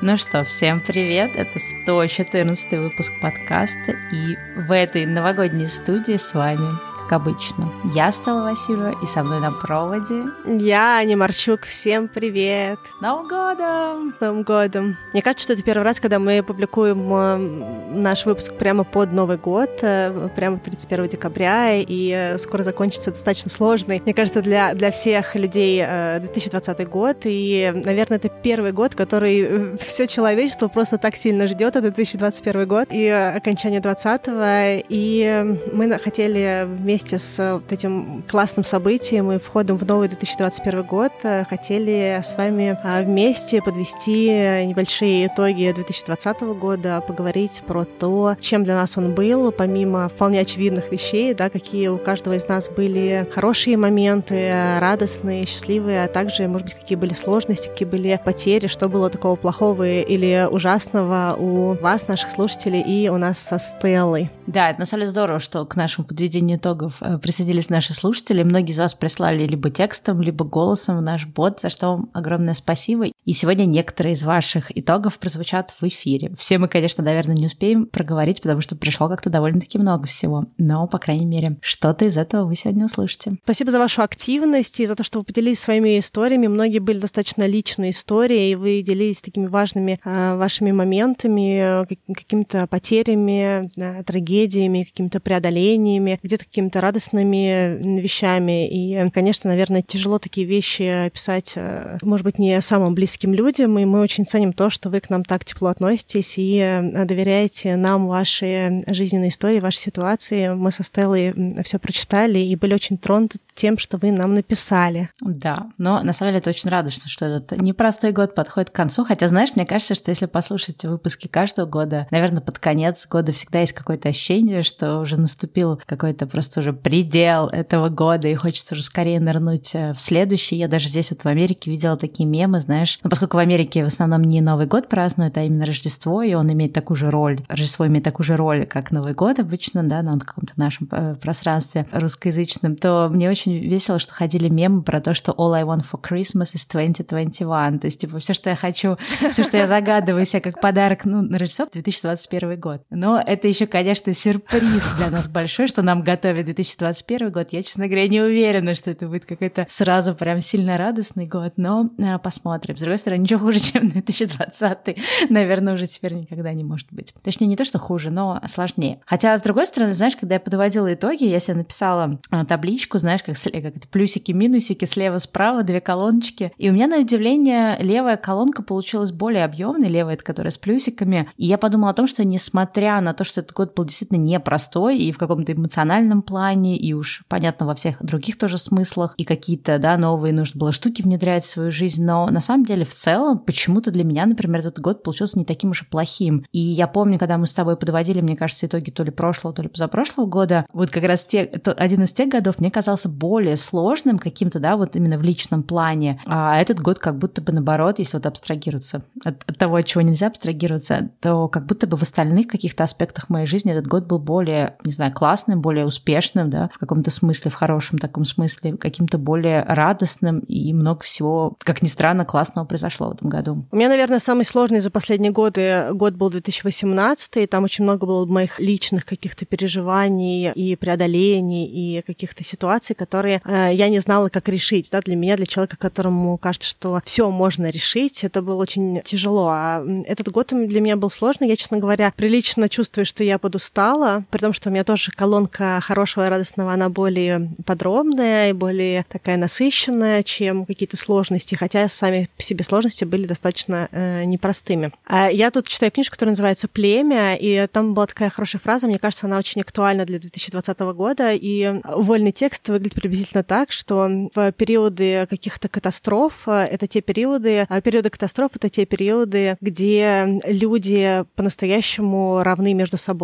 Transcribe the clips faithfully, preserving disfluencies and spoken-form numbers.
Ну что, всем привет! Это сто четырнадцатый выпуск подкаста, и в этой новогодней студии с вами, как обычно, я, Стелла Васильева, и со мной на проводе... Я, Аня Марчук. Всем привет! С Новым годом! С Новым годом! Мне кажется, что это первый раз, когда мы публикуем наш выпуск прямо под Новый год, прямо тридцать первого декабря, и скоро закончится достаточно сложный, мне кажется, для, для всех людей две тысячи двадцатый год, и, наверное, это первый год, который все человечество просто так сильно ждет, это две тысячи двадцать первый год и окончание двадцатого, и мы хотели вместе с вот этим классным событием и входом в новый две тысячи двадцать первый год хотели с вами вместе подвести небольшие итоги две тысячи двадцатого года, поговорить про то, чем для нас он был, помимо вполне очевидных вещей, да, какие у каждого из нас были хорошие моменты, радостные, счастливые, а также, может быть, какие были сложности, какие были потери, что было такого плохого или ужасного у вас, наших слушателей, и у нас со Стеллой. Да, это на самом деле здорово, что к нашему подведению итогов присоединились наши слушатели. Многие из вас прислали либо текстом, либо голосом в наш бот, за что вам огромное спасибо. И сегодня некоторые из ваших итогов прозвучат в эфире. Все мы, конечно, наверное, не успеем проговорить, потому что пришло как-то довольно-таки много всего. Но, по крайней мере, что-то из этого вы сегодня услышите. Спасибо за вашу активность и за то, что вы поделились своими историями. Многие были достаточно личные истории, и вы делились такими важными э, вашими моментами, какими-то потерями, э, трагедиями, какими-то преодолениями, где-то какими-то радостными вещами. И, конечно, наверное, тяжело такие вещи писать, э, может быть, не самым близким людям, и мы очень ценим то, что вы к нам так тепло относитесь и э, доверяете нам ваши жизненные истории, ваши ситуации. Мы со Стеллой все прочитали и были очень тронуты тем, что вы нам написали. Да, но на самом деле это очень радостно, что этот непростой год подходит к концу, хотя, знаешь, мне кажется, что если послушать выпуски каждого года, наверное, под конец года всегда есть какое-то ощущение, что уже наступил какой-то просто уже предел этого года, и хочется уже скорее нырнуть в следующий. Я даже здесь вот в Америке видела такие мемы, знаешь, ну, поскольку в Америке в основном не Новый год празднуют, а именно Рождество, и он имеет такую же роль, Рождество имеет такую же роль, как Новый год обычно, да, на каком-то нашем пространстве русскоязычном, то мне очень весело, что ходили мемы про то, что all I want for Christmas is twenty twenty-one, то есть, типа, все, что я хочу, все, что я загадываю себе как подарок, ну, на Рождество, две тысячи двадцать первый год. Но это еще, конечно, сюрприз для нас большой, что нам готовит две тысячи двадцать первый год. Я, честно говоря, не уверена, что это будет какой-то сразу прям сильно радостный год, но а, посмотрим. С другой стороны, ничего хуже, чем две тысячи двадцатый, наверное, уже теперь никогда не может быть. Точнее, не то, что хуже, но сложнее. Хотя, с другой стороны, знаешь, когда я подводила итоги, я себе написала табличку, знаешь, как, как это, плюсики, минусики, слева-справа, две колоночки. И у меня, на удивление, левая колонка получилась более объемной, левая, это которая с плюсиками. И я подумала о том, что несмотря на то, что этот год был действительно непростой и в каком-то эмоциональном плане, и уж, понятно, во всех других тоже смыслах, и какие-то, да, новые нужно было штуки внедрять в свою жизнь, но на самом деле в целом почему-то для меня, например, этот год получился не таким уж и плохим. И я помню, когда мы с тобой подводили, мне кажется, итоги то ли прошлого, то ли позапрошлого года, вот как раз те, один из тех годов мне казался более сложным каким-то, да, вот именно в личном плане, а этот год как будто бы наоборот, если вот абстрагироваться от, от того, от чего нельзя абстрагироваться, то как будто бы в остальных каких-то аспектах моей жизни этот год был более, не знаю, классным, более успешным, да, в каком-то смысле, в хорошем таком смысле, каким-то более радостным, и много всего, как ни странно, классного произошло в этом году. У меня, наверное, самый сложный за последние годы год был две тысячи восемнадцатый, там очень много было моих личных каких-то переживаний и преодолений, и каких-то ситуаций, которые э, я не знала, как решить, да, для меня, для человека, которому кажется, что все можно решить, это было очень тяжело. А этот год для меня был сложный. Я, честно говоря, прилично чувствую, что я подустала, при том, что у меня тоже колонка хорошего и радостного, она более подробная и более такая насыщенная, чем какие-то сложности, хотя сами по себе сложности были достаточно э, непростыми. А я тут читаю книжку, которая называется «Племя», и там была такая хорошая фраза, мне кажется, она очень актуальна для две тысячи двадцатого года, и вольный текст выглядит приблизительно так, что в периоды каких-то катастроф, это те периоды, а периоды катастроф — это те периоды, где люди по-настоящему равны между собой. Ну,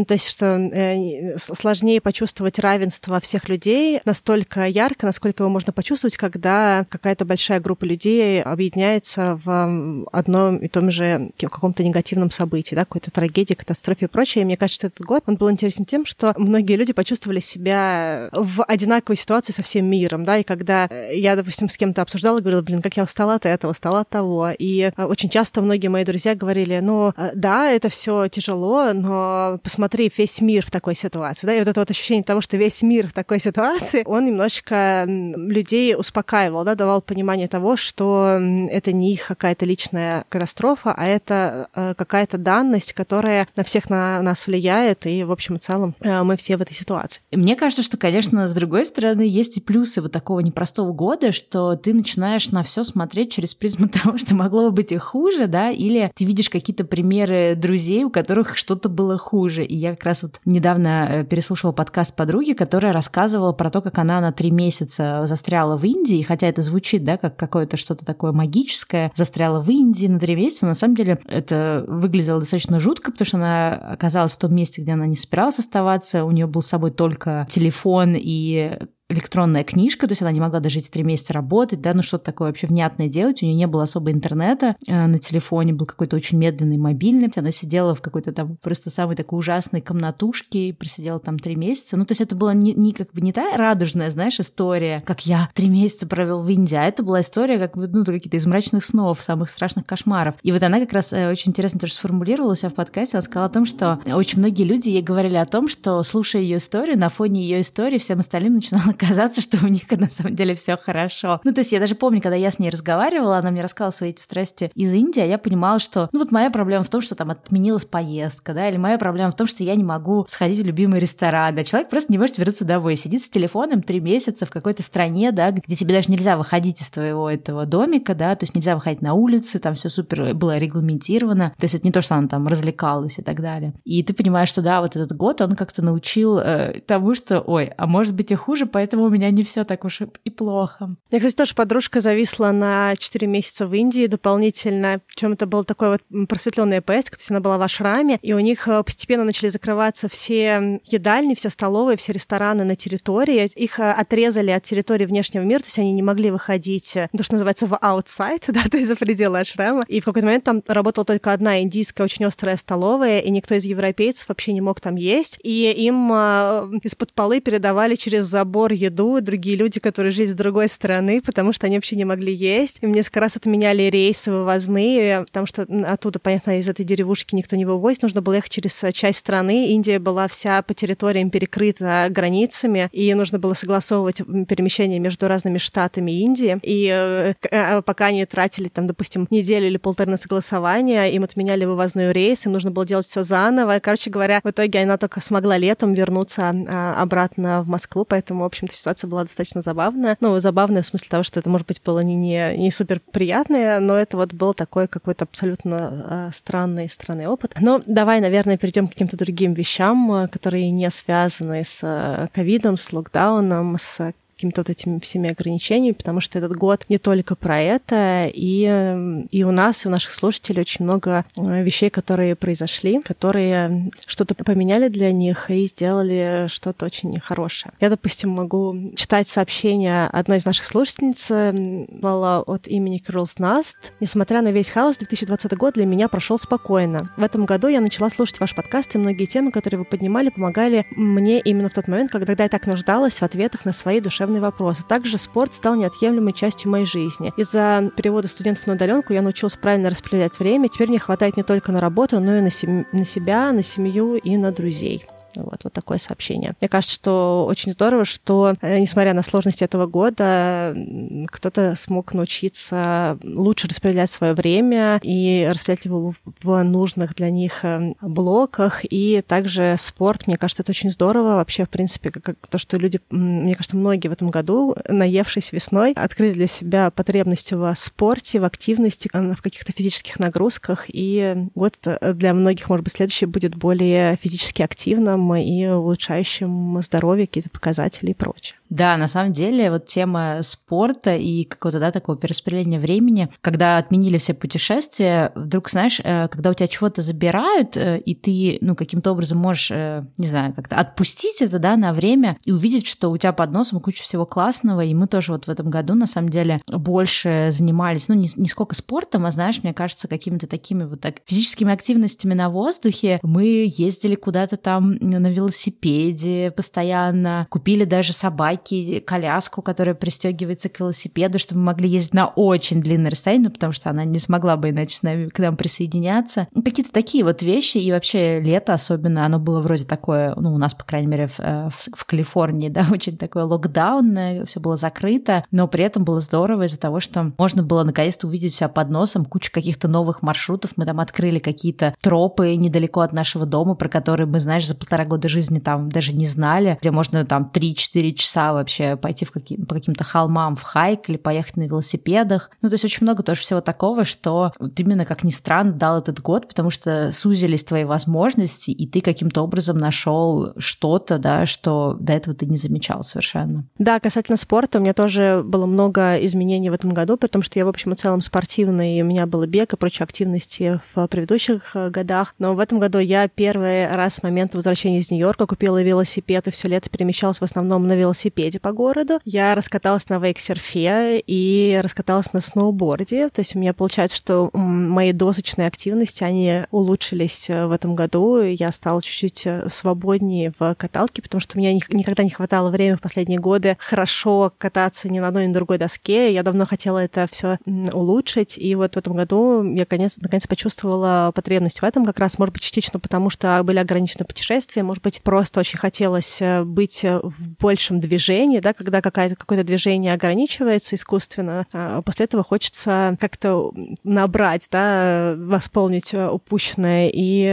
то есть, что э, сложнее почувствовать равенство всех людей настолько ярко, насколько его можно почувствовать, когда какая-то большая группа людей объединяется в одном и том же каком-то негативном событии, да, какой-то трагедии, катастрофе и прочее. И мне кажется, что этот год, он был интересен тем, что многие люди почувствовали себя в одинаковой ситуации со всем миром, да, и когда я, допустим, с кем-то обсуждала, говорила, блин, как я устала от этого, устала от того, и очень часто многие мои друзья говорили, ну, да, это все тяжело, но посмотри, весь мир в такой ситуации, да, и вот это вот ощущение того, что весь мир в такой ситуации, он немножечко людей успокаивал, да, давал понимание того, что это не их какая-то личная катастрофа, а это какая-то данность, которая на всех на нас влияет, и, в общем и целом, мы все в этой ситуации. Мне кажется, что, конечно, с другой стороны, есть и плюсы вот такого непростого года, что ты начинаешь на все смотреть через призму того, что могло бы быть и хуже, да, или ты видишь какие-то примеры друзей, у которых что-то было хуже. И я как раз вот недавно переслушала подкаст подруги, которая рассказывала про то, как она на три месяца застряла в Индии, хотя это звучит, да, как какое-то что-то такое магическое, застряла в Индии на три месяца, но на самом деле это выглядело достаточно жутко, потому что она оказалась в том месте, где она не собиралась оставаться, у нее был с собой только телефон и электронная книжка, то есть она не могла даже эти три месяца работать, да, ну что-то такое вообще внятное делать, у нее не было особо интернета э, на телефоне, был какой-то очень медленный мобильный, она сидела в какой-то там просто самой такой ужасной комнатушке и просидела там три месяца, ну то есть это была не, не как бы не та радужная, знаешь, история, как я три месяца провел в Индии, а это была история как бы, ну, какие-то из мрачных снов, самых страшных кошмаров. И вот она как раз э, очень интересно тоже сформулировала себя в подкасте, она сказала о том, что очень многие люди ей говорили о том, что, слушая ее историю, на фоне ее истории всем остальным начинало казаться, что у них на самом деле все хорошо. Ну, то есть я даже помню, когда я с ней разговаривала, она мне рассказала свои эти страсти из Индии, а я понимала, что, ну, вот моя проблема в том, что там отменилась поездка, да, или моя проблема в том, что я не могу сходить в любимый ресторан, да, человек просто не может вернуться домой, сидит с телефоном три месяца в какой-то стране, да, где тебе даже нельзя выходить из твоего этого домика, да, то есть нельзя выходить на улицы, там все супер было регламентировано, то есть это не то, что она там развлекалась и так далее. И ты понимаешь, что да, вот этот год он как-то научил э, тому, что, ой, а может быть и хуже, поэтому у меня не все так уж и плохо. У меня, кстати, тоже подружка зависла на четыре месяца в Индии дополнительно, причем это была такой вот просветленная поездка, то есть она была в ашраме, и у них постепенно начали закрываться все едальни, все столовые, все рестораны на территории, их отрезали от территории внешнего мира, то есть они не могли выходить, то, что называется, в outside, да, то есть за пределы ашрама, и в какой-то момент там работала только одна индийская очень острая столовая, и никто из европейцев вообще не мог там есть, и им из-под полы передавали через забор еду другие люди, которые жили с другой стороны, потому что они вообще не могли есть. И мне несколько раз отменяли рейсы вывозные, потому что оттуда, понятно, из этой деревушки никто не вывозит. Нужно было ехать через часть страны. Индия была вся по территориям перекрыта границами, и нужно было согласовывать перемещение между разными штатами Индии. И пока они тратили, там, допустим, неделю или полторы на согласование, им отменяли вывозной рейс, им нужно было делать все заново. Короче говоря, в итоге она только смогла летом вернуться обратно в Москву, поэтому, в общем-то, ситуация была достаточно забавная. Ну, забавная в смысле того, что это, может быть, было не, не, не супер приятное, но это вот был такой какой-то абсолютно странный, странный опыт. Но давай, наверное, перейдем к каким-то другим вещам, которые не связаны с ковидом, с локдауном, с какими-то вот этими всеми ограничениями, потому что этот год не только про это, и, и у нас, и у наших слушателей очень много вещей, которые произошли, которые что-то поменяли для них и сделали что-то очень хорошее. Я, допустим, могу читать сообщение одной из наших слушательниц, Лала от имени Curls Nast. Несмотря на весь хаос, две тысячи двадцатый год для меня прошел спокойно. В этом году я начала слушать ваш подкаст, и многие темы, которые вы поднимали, помогали мне именно в тот момент, когда я так нуждалась в ответах на свои душевные вопросы. Также спорт стал неотъемлемой частью моей жизни. Из-за перевода студентов на удаленку я научилась правильно распределять время. Теперь мне хватает не только на работу, но и на, сем... на себя, на семью и на друзей. Вот, вот такое сообщение. Мне кажется, что очень здорово, что, несмотря на сложности этого года, кто-то смог научиться лучше распределять свое время и распределять его в нужных для них блоках. И также спорт, мне кажется, это очень здорово. Вообще, в принципе, как то, что люди, мне кажется, многие в этом году, наевшись весной, открыли для себя потребность в спорте, в активности, в каких-то физических нагрузках. И год для многих, может быть, следующий будет более физически активным и улучшающим здоровье, какие-то показатели и прочее. Да, на самом деле, вот тема спорта и какого-то, да, такого перераспределения времени, когда отменили все путешествия, вдруг, знаешь, когда у тебя чего-то забирают, и ты, ну, каким-то образом можешь, не знаю, как-то отпустить это, да, на время и увидеть, что у тебя под носом куча всего классного, и мы тоже вот в этом году, на самом деле, больше занимались, ну, не, не сколько спортом, а, знаешь, мне кажется, какими-то такими вот так физическими активностями на воздухе. Мы ездили куда-то там на велосипеде постоянно, купили даже собаке коляску, которая пристегивается к велосипеду, чтобы мы могли ездить на очень длинное расстояние, ну, потому что она не смогла бы иначе с нами к нам присоединяться. Какие-то такие вот вещи, и вообще лето особенно, оно было вроде такое, ну, у нас, по крайней мере, в, в, в Калифорнии, да, очень такое локдаунное, все было закрыто, но при этом было здорово из-за того, что можно было наконец-то увидеть у себя под носом кучу каких-то новых маршрутов. Мы там открыли какие-то тропы недалеко от нашего дома, про которые мы, знаешь, за полтора года жизни там даже не знали, где можно там три-четыре часа вообще пойти в какие- по каким-то холмам в хайк или поехать на велосипедах. Ну, то есть очень много тоже всего такого, что вот именно, как ни странно, дал этот год, потому что сузились твои возможности, и ты каким-то образом нашел что-то, да, что до этого ты не замечал совершенно. Да, касательно спорта, у меня тоже было много изменений в этом году, потому что я, в общем и целом, спортивный, и у меня был бег и прочие активности в предыдущих годах. Но в этом году я первый раз с момента возвращения из Нью-Йорка купила велосипед и все лето перемещалась в основном на велосипеде по городу. Я раскаталась на вейксерфе и раскаталась на сноуборде. То есть у меня получается, что мои досочные активности, они улучшились в этом году. Я стала чуть-чуть свободнее в каталке, потому что у меня никогда не хватало времени в последние годы хорошо кататься ни на одной, ни на другой доске. Я давно хотела это все улучшить. И вот в этом году я наконец, наконец почувствовала потребность в этом, как раз, может быть, частично потому, что были ограничены путешествия, может быть, просто очень хотелось быть в большем движении, да, когда какая-то, какое-то движение ограничивается искусственно, а после этого хочется как-то набрать, да, восполнить упущенное.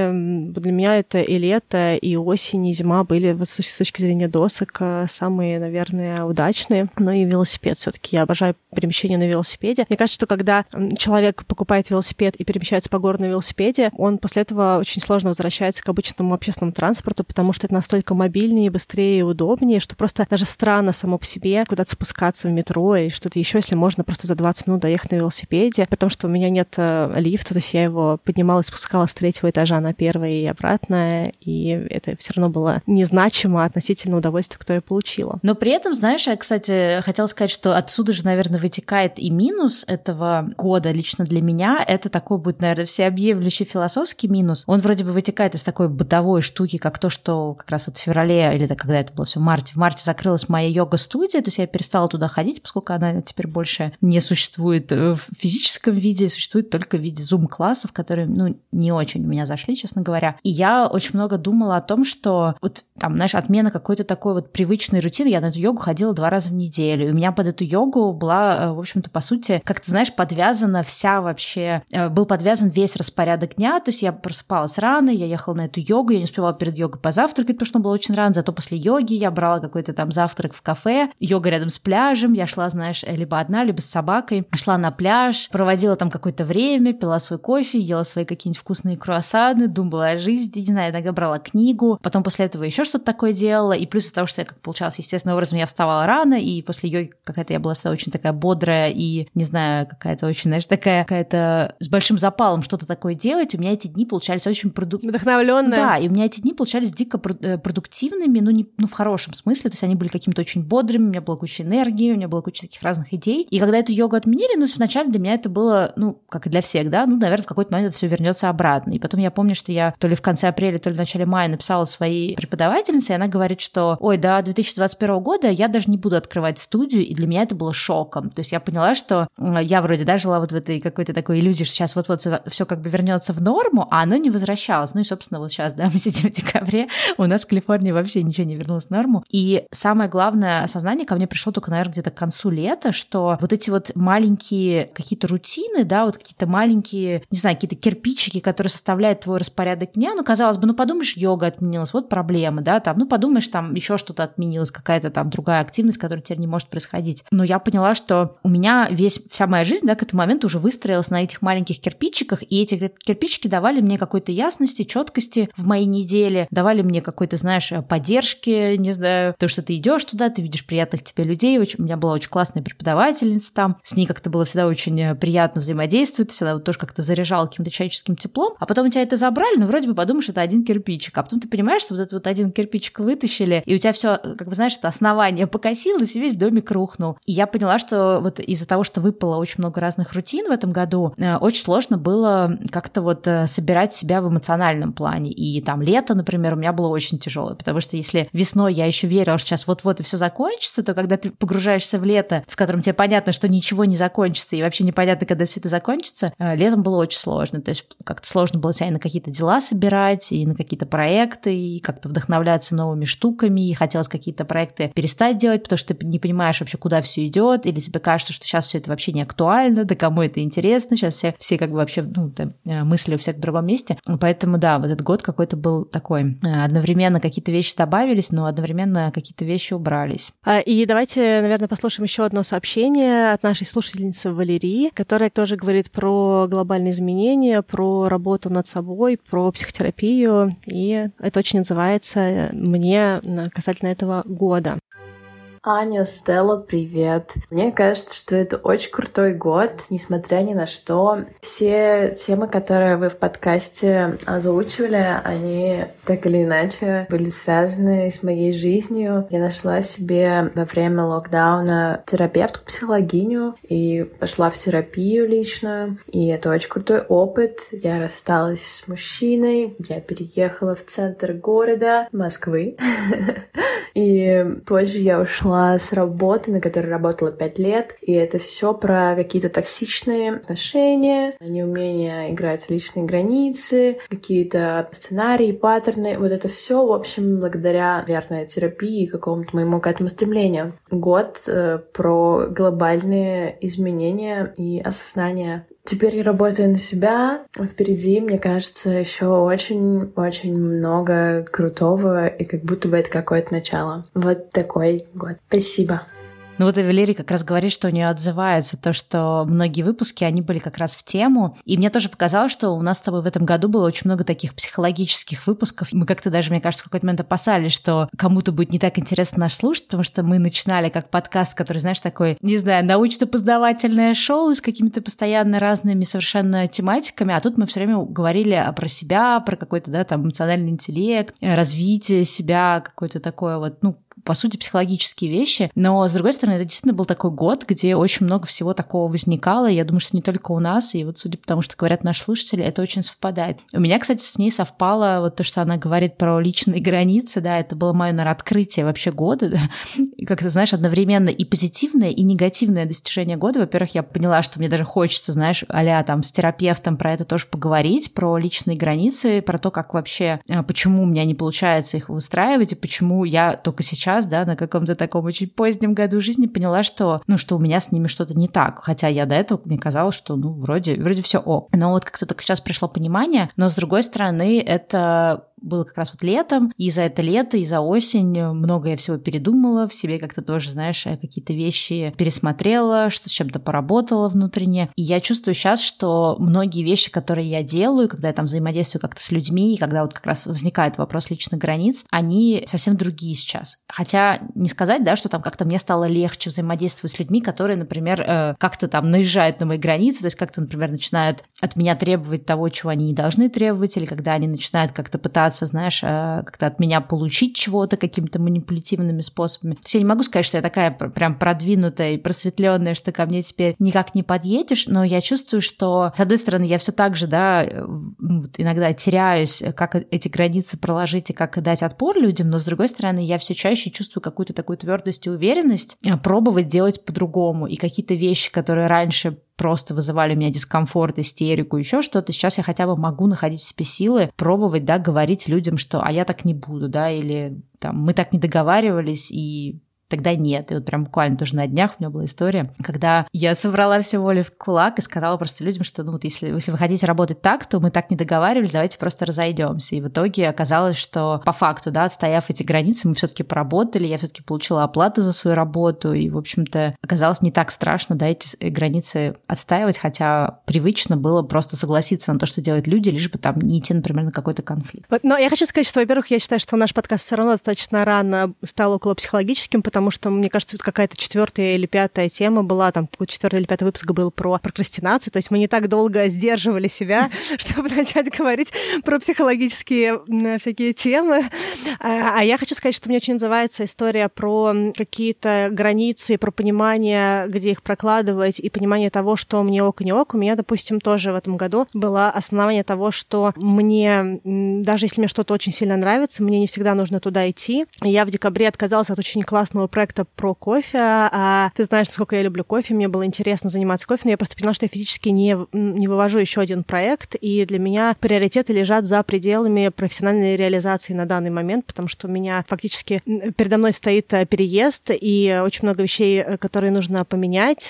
И для меня это и лето, и осень, и зима были вот с точки зрения досок самые, наверное, удачные. Но и велосипед все-таки. Я обожаю перемещение на велосипеде. Мне кажется, что когда человек покупает велосипед и перемещается по городу на велосипеде, он после этого очень сложно возвращается к обычному общественному транспорту, потому что это настолько мобильнее, быстрее и удобнее, что просто даже странно само по себе куда-то спускаться в метро или что-то еще, если можно просто за двадцать минут доехать на велосипеде, потому что у меня нет лифта, то есть я его поднимала и спускала с третьего этажа на первый и обратно, и это все равно было незначимо относительно удовольствия, которое я получила. Но при этом, знаешь, я, кстати, хотела сказать, что отсюда же, наверное, вытекает и минус этого года лично для меня. Это такой будет, наверное, всеобъемлющий философский минус. Он вроде бы вытекает из такой бытовой штуки, как то, что как раз вот в феврале, или когда это было все в марте, в марте закрылась моя йога-студия, то есть я перестала туда ходить, поскольку она теперь больше не существует в физическом виде, существует только в виде зум-классов, которые, ну, не очень у меня зашли, честно говоря. И я очень много думала о том, что вот там, знаешь, отмена какой-то такой вот привычной рутины. Я на эту йогу ходила два раза в неделю. И у меня под эту йогу была, в общем-то, по сути, как ты знаешь, подвязана вся вообще, был подвязан весь распорядок дня. То есть я просыпалась рано, я ехала на эту йогу, я не успевала перед йогой позавтракать, потому что было очень рано, зато после йоги я брала какой-то там завтрак в кафе, йога рядом с пляжем, я шла, знаешь, либо одна, либо с собакой, шла на пляж, проводила там какое-то время, пила свой кофе, ела свои какие-нибудь вкусные круассаны, думала о жизни, не знаю, иногда брала книгу, потом после этого еще что-то такое делала, и плюс из того, что я, как получалось, естественным образом, я вставала рано, и после йоги какая-то я была всегда очень такая бодрая и, не знаю, какая-то очень, знаешь, такая какая-то с большим запалом что-то такое делать, у меня эти дни получались очень продуктивными. Вдохновлённая. Да, и у меня эти дни получались дико продуктивными, ну, не, ну, в хорошем смысле, то есть они были какими-то очень бодрыми, у меня была куча энергии, у меня была куча таких разных идей, и когда эту йогу отменили, ну, вначале для меня это было, ну, как и для всех, да, ну, наверное, в какой-то момент это все вернется обратно, и потом я помню, что я то ли в конце апреля, то ли в начале мая написала своей преподавательнице, и она говорит, что, ой, до две тысячи двадцать первого года я даже не буду открывать студию, и для меня это было шоком, то есть я поняла, что я вроде, да, жила вот в этой какой-то такой иллюзии, что сейчас вот-вот все как бы вернется в норму, а оно не возвращалось, ну, и, собственно, вот сейчас, да, мы сидим в декабре, у нас в Калифорнии вообще ничего не вернулось в норму, и самое главное осознание ко мне пришло только, наверное, где-то к концу лета, что вот эти вот маленькие какие-то рутины, да, вот какие-то маленькие, не знаю, какие-то кирпичики, которые составляют твой распорядок дня, ну, казалось бы, ну, подумаешь, йога отменилась, вот проблема, да, там, ну, подумаешь, там еще что-то отменилось, какая-то там другая активность, которая теперь не может происходить. Но я поняла, что у меня весь, вся моя жизнь, да, к этому моменту уже выстроилась на этих маленьких кирпичиках, и эти кирпичики давали мне какой-то ясности, четкости в моей неделе, давали мне какой-то, знаешь, поддержки, не знаю, то, что ты идешь, идешь туда, ты видишь приятных тебе людей. Очень, у меня была очень классная преподавательница там, с ней как-то было всегда очень приятно взаимодействовать, всегда вот тоже как-то заряжал каким-то человеческим теплом, а потом у тебя это забрали, ну, вроде бы подумаешь, это один кирпичик, а потом ты понимаешь, что вот этот вот один кирпичик вытащили, и у тебя все, как бы, знаешь, это основание покосилось, и весь домик рухнул. И я поняла, что вот из-за того, что выпало очень много разных рутин в этом году, очень сложно было как-то вот собирать себя в эмоциональном плане. И там лето, например, у меня было очень тяжелое, потому что если весной я еще верила, что сейчас вот-вот и все закончится, то когда ты погружаешься в лето, в котором тебе понятно, что ничего не закончится, и вообще непонятно, когда все это закончится, летом было очень сложно. То есть как-то сложно было себя и на какие-то дела собирать, и на какие-то проекты, и как-то вдохновляться новыми штуками, и хотелось какие-то проекты перестать делать, потому что ты не понимаешь вообще, куда все идет, или тебе кажется, что сейчас все это вообще не актуально, да кому это интересно, сейчас все, все как бы вообще, ну, там, мысли у всех в другом месте. Поэтому, да, вот этот год какой-то был такой. Одновременно какие-то вещи добавились, но одновременно какие-то вещи убрались. И давайте, наверное, послушаем еще одно сообщение от нашей слушательницы Валерии, которая тоже говорит про глобальные изменения, про работу над собой, про психотерапию, и это очень называется «Мне касательно этого года». Аня, Стелла, привет. Мне кажется, что это очень крутой год, несмотря ни на что. Все темы, которые вы в подкасте озвучивали, они так или иначе были связаны с моей жизнью. Я нашла себе во время локдауна терапевтку, психологиню, и пошла в терапию личную. И это очень крутой опыт. Я рассталась с мужчиной, я переехала в центр города, Москвы. И позже я ушла с работы, на которой работала пять лет, и это все про какие-то токсичные отношения, неумение играть личные границы, какие-то сценарии, паттерны. Вот это все, в общем, благодаря, наверное, терапии и какому-то моему к этому стремлению. Год э, про глобальные изменения и осознание. Теперь я работаю на себя. Впереди, мне кажется, еще очень-очень много крутого, и как будто бы это какое-то начало. Вот такой год. Спасибо. Ну вот и Валерия как раз говорит, что у нее отзывается то, что многие выпуски, они были как раз в тему. И мне тоже показалось, что у нас с тобой в этом году было очень много таких психологических выпусков. Мы как-то даже, мне кажется, в какой-то момент опасались, что кому-то будет не так интересно нас слушать, потому что мы начинали как подкаст, который, знаешь, такой, не знаю, научно-познавательное шоу с какими-то постоянно разными совершенно тематиками, а тут мы все время говорили про себя, про какой-то, да, там, эмоциональный интеллект, развитие себя, какое-то такое вот, ну, по сути, психологические вещи. Но, с другой стороны, это действительно был такой год, где очень много всего такого возникало. И я думаю, что не только у нас. И вот, судя по тому, что говорят наши слушатели, это очень совпадает. У меня, кстати, с ней совпало вот то, что она говорит про личные границы. Да, это было мое, наверное, открытие вообще года. Да. И как ты знаешь, одновременно и позитивное, и негативное достижение года. Во-первых, я поняла, что мне даже хочется, знаешь, а-ля там с терапевтом про это тоже поговорить, про личные границы, про то, как вообще, почему у меня не получается их выстраивать, и почему я только сейчас, да, на каком-то таком очень позднем году жизни поняла, что, ну, что у меня с ними что-то не так. Хотя я до этого, мне казалось, что, ну, вроде, вроде все ок. Но вот как-то только сейчас пришло понимание, но, с другой стороны, это было как раз вот летом, и за это лето, и за осень много я всего передумала, в себе как-то тоже, знаешь, какие-то вещи пересмотрела, что с чем-то поработала внутренне. И я чувствую сейчас, что многие вещи, которые я делаю, когда я там взаимодействую как-то с людьми, и когда вот как раз возникает вопрос личных границ, они совсем другие сейчас. Хотя не сказать, да, что там как-то мне стало легче взаимодействовать с людьми, которые, например, как-то там наезжают на мои границы, то есть как-то, например, начинают от меня требовать того, чего они не должны требовать, или когда они начинают как-то пытаться, знаешь, как-то от меня получить чего-то какими-то манипулятивными способами. То есть я не могу сказать, что я такая прям продвинутая и просветленная, что ко мне теперь никак не подъедешь, но я чувствую, что, с одной стороны, я все так же, да, иногда теряюсь, как эти границы проложить и как дать отпор людям, но, с другой стороны, я все чаще чувствую какую-то такую твердость и уверенность пробовать делать по-другому. И какие-то вещи, которые раньше просто вызывали у меня дискомфорт, истерику, еще что-то, сейчас я хотя бы могу находить в себе силы пробовать, да, говорить людям, что «а я так не буду», да, или там «мы так не договаривались», и тогда нет. И вот прям буквально тоже на днях у меня была история, когда я собрала всю волю в кулак и сказала просто людям, что ну вот если, если вы хотите работать так, то мы так не договаривались, давайте просто разойдемся. И в итоге оказалось, что по факту, да, отстояв эти границы, мы все-таки поработали, я все-таки получила оплату за свою работу, и, в общем-то, оказалось не так страшно, да, эти границы отстаивать, хотя привычно было просто согласиться на то, что делают люди, лишь бы там не идти, например, на какой-то конфликт. Но я хочу сказать, что, во-первых, я считаю, что наш подкаст все равно достаточно рано стал околопсихологическим, потому потому что, мне кажется, какая-то четвертая или пятая тема была, там четвертый или пятый выпуск был про прокрастинацию, то есть мы не так долго сдерживали себя, чтобы начать говорить про психологические всякие темы. А я хочу сказать, что мне очень называется история про какие-то границы, про понимание, где их прокладывать, и понимание того, что мне ок и не ок. У меня, допустим, тоже в этом году было осознавание того, что мне, даже если мне что-то очень сильно нравится, мне не всегда нужно туда идти. Я в декабре отказалась от очень классного проекта про кофе, а ты знаешь, насколько я люблю кофе, мне было интересно заниматься кофе, но я просто поняла, что я физически не, не вывожу еще один проект, и для меня приоритеты лежат за пределами профессиональной реализации на данный момент, потому что у меня фактически передо мной стоит переезд, и очень много вещей, которые нужно поменять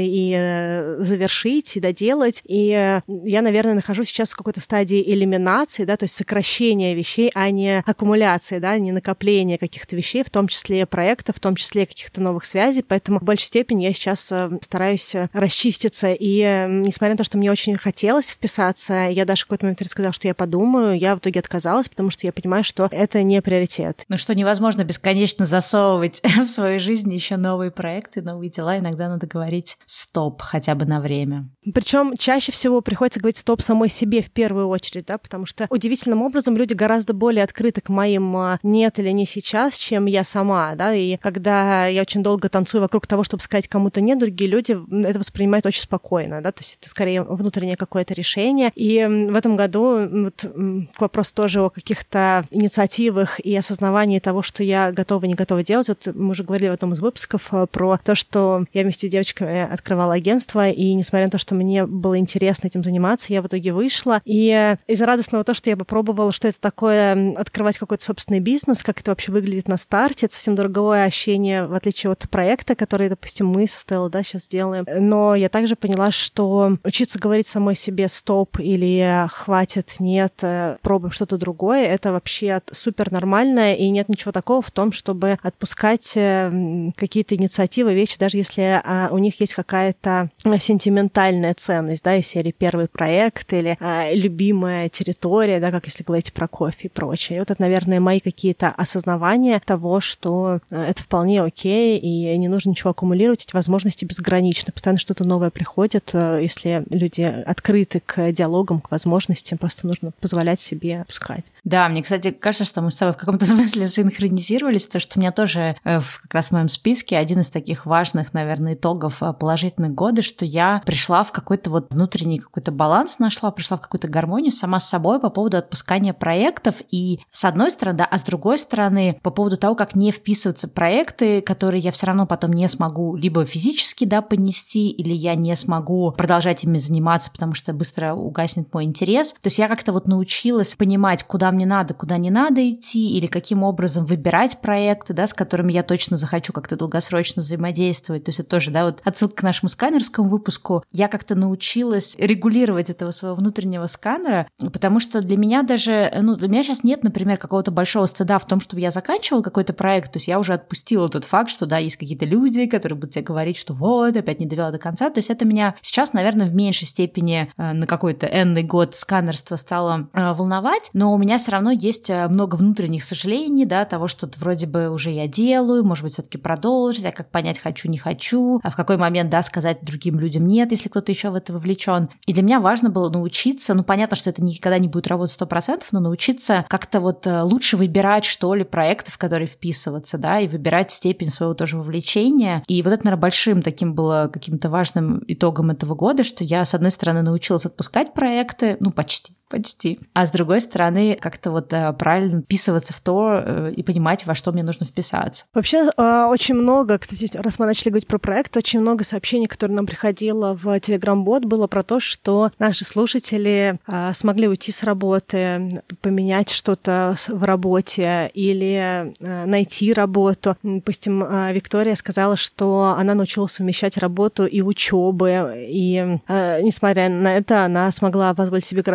и завершить, и доделать. И я, наверное, нахожусь сейчас в какой-то стадии элиминации, да, то есть сокращения вещей, а не аккумуляции, да, не накопления каких-то вещей, в том числе проектов, в том числе каких-то новых связей. Поэтому в большей степени я сейчас стараюсь расчиститься. И несмотря на то, что мне очень хотелось вписаться, я даже в какой-то момент сказала, что я подумаю, я в итоге отказалась, потому что я понимаю, что это не приоритет. Ну что невозможно бесконечно засовывать в свою жизнь еще новые проекты, новые дела. Иногда надо говорить «стоп» хотя бы на время. Причем чаще всего приходится говорить «стоп» самой себе в первую очередь, да, потому что удивительным образом люди гораздо более открыты к моим «нет» или «не сейчас», чем я сама, да, и когда я очень долго танцую вокруг того, чтобы сказать кому-то «нет», другие люди это воспринимают очень спокойно, да, то есть это скорее внутреннее какое-то решение. И в этом году вот, к вопросу тоже о каких-то инициативах и осознавании того, что я готова, не готова делать. Вот мы уже говорили в одном из выпусков про то, что я вместе с девочками открывала агентство, и несмотря на то, что мне было интересно этим заниматься, я в итоге вышла. И из-за радостного то, что я попробовала, что это такое, открывать какой-то собственный бизнес, как это вообще выглядит на старте, это совсем другое ощущение, в отличие от проекта, который, допустим, мы со Стеллой, да, сейчас делаем. Но я также поняла, что учиться говорить самой себе «стоп» или «хватит», «нет», «пробуем что-то другое», это вообще супер нормально, и нет ничего такого в том, чтобы отпускать какие-то инициативы, вещи, даже если у них есть какая-то сентиментальная ценность, да, из серии «первый проект» или «любимая территория», да, как если говорить про кофе и прочее. И вот это, наверное, мои какие-то осознавания того, что это вполне окей, и не нужно ничего аккумулировать, эти возможности безграничны. Постоянно что-то новое приходит, если люди открыты к диалогам, к возможностям, просто нужно позволять себе отпускать. Да, мне, кстати, кажется, что мы с тобой в каком-то смысле синхронизировались, потому что у меня тоже в, как раз в моем списке один из таких важных, наверное, итогов положительных года, что я пришла в какой-то вот внутренний какой-то баланс, нашла, пришла в какую-то гармонию сама с собой по поводу отпускания проектов, и с одной стороны, да, а с другой стороны, по поводу того, как не вписываться в проекты, которые я все равно потом не смогу либо физически, да, понести, или я не смогу продолжать ими заниматься, потому что быстро угаснет мой интерес. То есть я как-то вот научилась понимать, куда мне надо, куда не надо идти, или каким образом выбирать проекты, да, с которыми я точно захочу как-то долгосрочно взаимодействовать. То есть это тоже, да, вот отсылка к нашему сканерскому выпуску. Я как-то научилась регулировать этого своего внутреннего сканера, потому что для меня даже, ну, для меня сейчас нет, например, какого-то большого стыда в том, чтобы я заканчивала какой-то проект, то есть я уже отпустила тот факт, что, да, есть какие-то люди, которые будут тебе говорить, что вот, опять не довела до конца. То есть это меня сейчас, наверное, в меньшей степени на какой-то энный год сканерства стало волновать, но у меня все равно есть много внутренних сожалений, да, того, что вроде бы уже я делаю, может быть, все-таки продолжить, а как понять, хочу, не хочу, а в какой момент, да, сказать другим людям нет, если кто-то еще в это вовлечен. И для меня важно было научиться, ну, понятно, что это никогда не будет работать сто процентов, но научиться как-то вот лучше выбирать, что ли, проекты, в которые вписываться, да, и выбирать степень своего тоже вовлечения. И вот это, наверное, большим таким было каким-то важным итогом этого года, что я, с одной стороны, научилась отпускать проекты, ну, почти, почти. А с другой стороны, как-то вот правильно вписываться в то и понимать, во что мне нужно вписаться. Вообще очень много, кстати, раз мы начали говорить про проект, очень много сообщений, которые нам приходило в Telegram-бот, было про то, что наши слушатели смогли уйти с работы, поменять что-то в работе или найти работу. Допустим, Виктория сказала, что она научилась совмещать работу и учебы, и несмотря на это, она смогла позволить себе гораздо больше,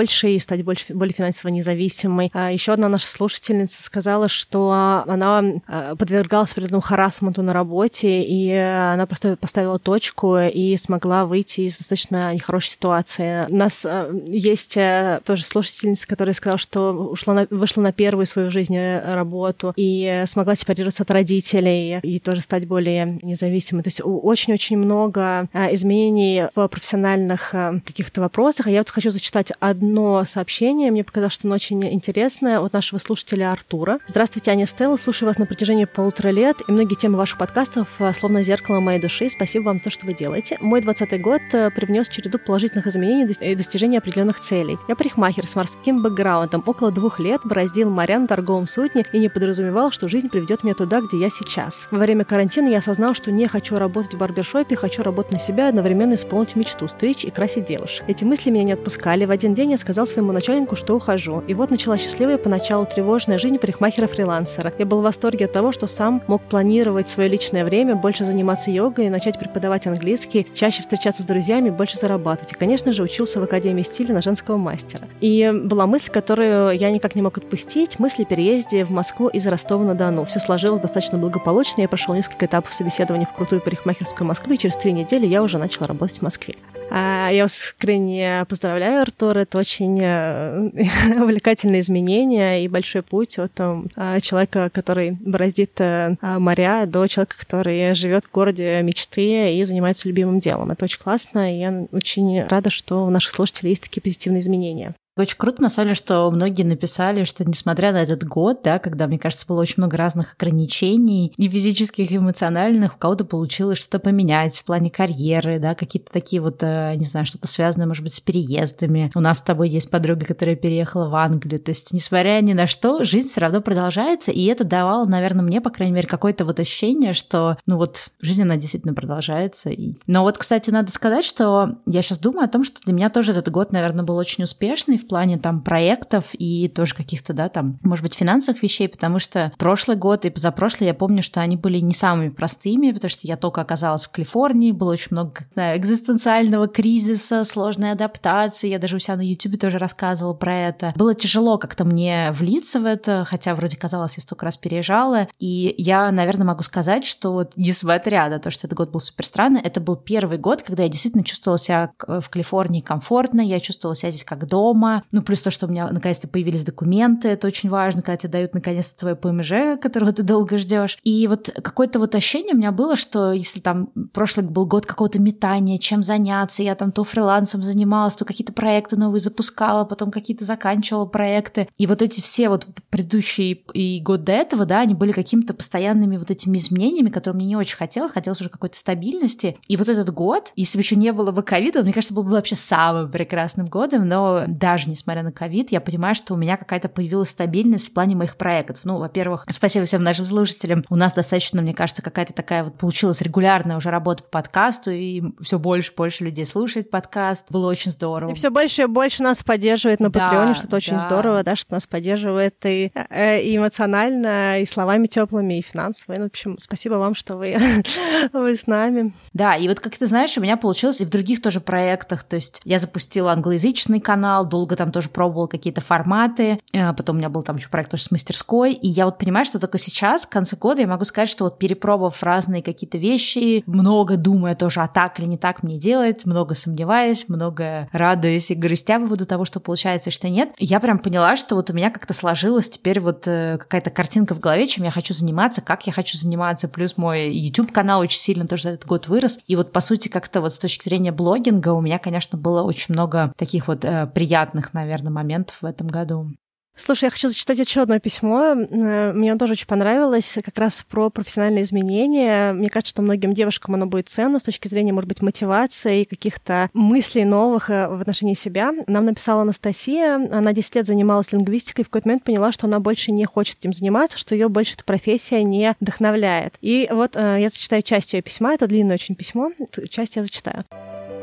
больше и стать больше, более финансово независимой. Еще одна наша слушательница сказала, что она подвергалась определенному харассменту на работе, и она просто поставила точку и смогла выйти из достаточно нехорошей ситуации. У нас есть тоже слушательница, которая сказала, что ушла на, вышла на первую свою в жизни работу и смогла сепарироваться от родителей и тоже стать более независимой. То есть очень-очень много изменений в профессиональных каких-то вопросах. А я вот хочу зачитать одно сообщение. Мне показалось, что оно очень интересное от нашего слушателя Артура. Здравствуйте, Аня Стелла. Слушаю вас на протяжении полутора лет, и многие темы ваших подкастов словно зеркало моей души. Спасибо вам за то, что вы делаете. Мой двадцатый год привнес череду положительных изменений и достижения определенных целей. Я парикмахер с морским бэкграундом. Около двух лет бороздил моря на торговом судне и не подразумевал, что жизнь приведет меня туда, где я сейчас. Во время карантина я осознал, что не хочу работать в барбершопе, хочу работать на себя и одновременно исполнить мечту – стричь и красить девушек. Эти мысли меня не отпускали. В один день я сказал своему начальнику, что ухожу. И вот началась счастливая, поначалу тревожная жизнь парикмахера-фрилансера. Я был в восторге от того, что сам мог планировать свое личное время, больше заниматься йогой, начать преподавать английский, чаще встречаться с друзьями, больше зарабатывать. И, конечно же, учился в Академии стиля на женского мастера. И была мысль, которую я никак не мог отпустить, мысль о переезде в Москву из Ростова-на-Дону. Все сложилось достаточно благополучно. Я прошел несколько этапов собеседования в крутую парикмахерскую Москвы, и через три недели я уже начала работать в Москве. Я вас искренне поздравляю, Артур. Это очень увлекательные изменения и большой путь от человека, который бороздит моря, до человека, который живет в городе мечты и занимается любимым делом. Это очень классно, и я очень рада, что у наших слушателей есть такие позитивные изменения. Очень круто, на самом деле, что многие написали, что несмотря на этот год, да, когда, мне кажется, было очень много разных ограничений, и физических, и эмоциональных, у кого-то получилось что-то поменять в плане карьеры, да, какие-то такие вот, не знаю, что-то связанное, может быть, с переездами. У нас с тобой есть подруга, которая переехала в Англию. То есть, несмотря ни на что, жизнь все равно продолжается, и это давало, наверное, мне, по крайней мере, какое-то вот ощущение, что, ну вот, жизнь, она действительно продолжается. И... Но вот, кстати, надо сказать, что я сейчас думаю о том, что для меня тоже этот год, наверное, был очень успешный в плане там проектов и тоже каких-то, да, там, может быть, финансовых вещей, потому что прошлый год и позапрошлый, я помню, что они были не самыми простыми, потому что я только оказалась в Калифорнии, было очень много, как знаю, экзистенциального кризиса, сложной адаптации, я даже у себя на Ютубе тоже рассказывала про это. Было тяжело как-то мне влиться в это, хотя вроде казалось, я столько раз переезжала, и я, наверное, могу сказать, что вот несмотря на то, что этот год был супер странный, это был первый год, когда я действительно чувствовала себя в Калифорнии комфортно, я чувствовала себя здесь как дома, ну, плюс то, что у меня наконец-то появились документы, это очень важно, когда тебе дают наконец-то твое ПМЖ, которого ты долго ждешь. И вот какое-то вот ощущение у меня было, что если там прошлый был год какого-то метания, чем заняться, я там то фрилансом занималась, то какие-то проекты новые запускала, потом какие-то заканчивала проекты. И вот эти все вот предыдущие и год до этого, да, они были какими-то постоянными вот этими изменениями, которые мне не очень хотелось, хотелось уже какой-то стабильности. И вот этот год, если бы еще не было бы ковида, мне кажется, был бы вообще самым прекрасным годом, но даже несмотря на ковид, я понимаю, что у меня какая-то появилась стабильность в плане моих проектов. Ну, во-первых, спасибо всем нашим слушателям. У нас достаточно, мне кажется, какая-то такая вот получилась регулярная уже работа по подкасту, и все больше и больше людей слушает подкаст. Было очень здорово. И все больше и больше нас поддерживает на Патреоне, да, что-то да. Очень здорово, да, что нас поддерживает и, и эмоционально, и словами теплыми, и финансово. И, ну, в общем, спасибо вам, что вы, вы с нами. Да, и вот, как ты знаешь, у меня получилось и в других тоже проектах. То есть я запустила англоязычный канал, долго там тоже пробовала какие-то форматы, потом у меня был там еще проект тоже с мастерской, и я вот понимаю, что только сейчас, в конце года, я могу сказать, что вот перепробовав разные какие-то вещи, много думая тоже, а так или не так мне делать, много сомневаясь, много радуясь и грустя по поводу того, что получается и что нет, я прям поняла, что вот у меня как-то сложилась теперь вот какая-то картинка в голове, чем я хочу заниматься, как я хочу заниматься, плюс мой YouTube-канал очень сильно тоже за этот год вырос, и вот по сути как-то вот с точки зрения блогинга у меня, конечно, было очень много таких вот э, приятных, наверное, моментов в этом году. Слушай, я хочу зачитать еще одно письмо. Мне оно тоже очень понравилось, как раз про профессиональные изменения. Мне кажется, что многим девушкам оно будет ценно с точки зрения, может быть, мотивации, каких-то мыслей новых в отношении себя. Нам написала Анастасия, она десять лет занималась лингвистикой, и в какой-то момент поняла, что она больше не хочет этим заниматься, что ее больше эта профессия не вдохновляет. И вот я зачитаю часть ее письма, это длинное очень письмо, часть я зачитаю.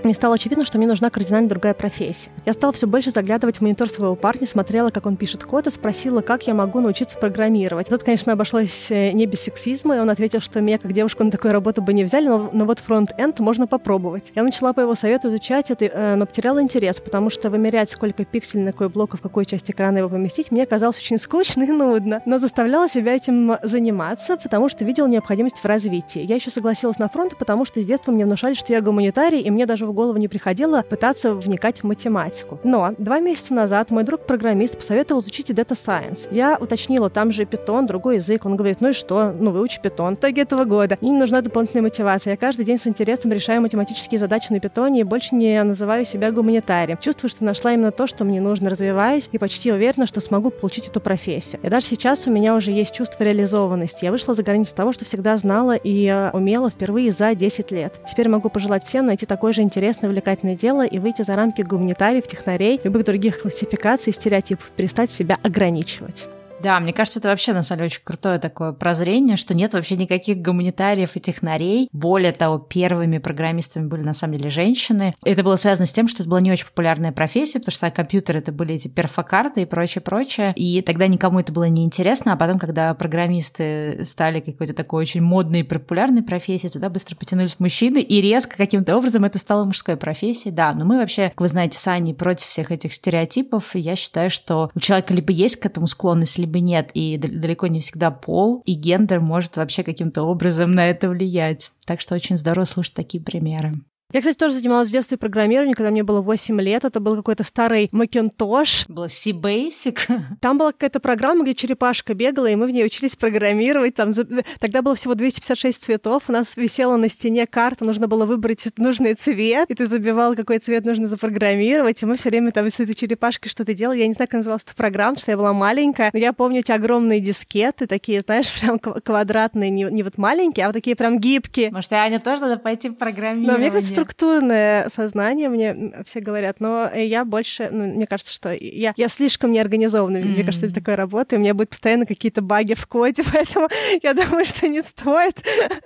мне стало очевидно, что мне нужна кардинально другая профессия. Я стала все больше заглядывать в монитор своего парня, смотрела, как он пишет код, и спросила, как я могу научиться программировать. Тут, конечно, обошлось не без сексизма, и он ответил, что меня как девушку на такую работу бы не взяли, но, но вот фронт-энд можно попробовать. Я начала по его совету изучать это, но потеряла интерес, потому что вымерять, сколько пикселей на какой блок и в какой части экрана его поместить, мне казалось очень скучно и нудно. Но заставляла себя этим заниматься, потому что видела необходимость в развитии. Я еще согласилась на фронт, потому что с детства мне внушали, что я гуманитарий, и мне даже в голову не приходило пытаться вникать в математику. Но два месяца назад мой друг-программист посоветовал изучить Data Science. Я уточнила, там же Python, другой язык. Он говорит, ну и что? Ну, выучи Python. В итоге этого года. Мне не нужна дополнительная мотивация. Я каждый день с интересом решаю математические задачи на Python и больше не называю себя гуманитарием. Чувствую, что нашла именно то, что мне нужно, развиваюсь, и почти уверена, что смогу получить эту профессию. И даже сейчас у меня уже есть чувство реализованности. Я вышла за границы того, что всегда знала и э, умела впервые за десять лет. Теперь могу пожелать всем найти такое же интересное и увлекательное дело и выйти за рамки гуманитариев, технарей, любых других классификаций и стереотипов, перестать себя ограничивать. Да, мне кажется, это вообще, на самом деле, очень крутое такое прозрение, что нет вообще никаких гуманитариев и технарей. Более того, первыми программистами были, на самом деле, женщины. Это было связано с тем, что это была не очень популярная профессия, потому что компьютеры — это были эти перфокарты и прочее-прочее. И тогда никому это было неинтересно, а потом, когда программисты стали какой-то такой очень модной и популярной профессией, туда быстро потянулись мужчины, и резко каким-то образом это стало мужской профессией. Да, но мы вообще, как вы знаете, с Аней против всех этих стереотипов, и я считаю, что у человека либо есть к этому склонность, либо нет, и далеко не всегда пол и гендер может вообще каким-то образом на это влиять. Так что очень здорово слушать такие примеры. Я, кстати, тоже занималась в детстве программированием, когда мне было восемь лет. Это был какой-то старый Macintosh. Было C-Basic. Там была какая-то программа, где черепашка бегала, и мы в ней учились программировать. Там... Тогда было всего двести пятьдесят шесть цветов. У нас висела на стене карта, нужно было выбрать нужный цвет, и ты забивал, какой цвет нужно запрограммировать. И мы все время там с этой черепашкой что-то делали. Я не знаю, как называлась эта программа, что я была маленькая. Но я помню эти огромные дискеты, такие, знаешь, прям квадратные, не, не вот маленькие, а вот такие прям гибкие. Может, и Аня тоже надо пойти в программирование? Но мне кажется, структурное сознание, мне все говорят, но я больше, ну, мне кажется, что я, я слишком неорганизованная, mm-hmm. мне кажется, для такой работы, у меня будут постоянно какие-то баги в коде, поэтому я думаю, что не стоит.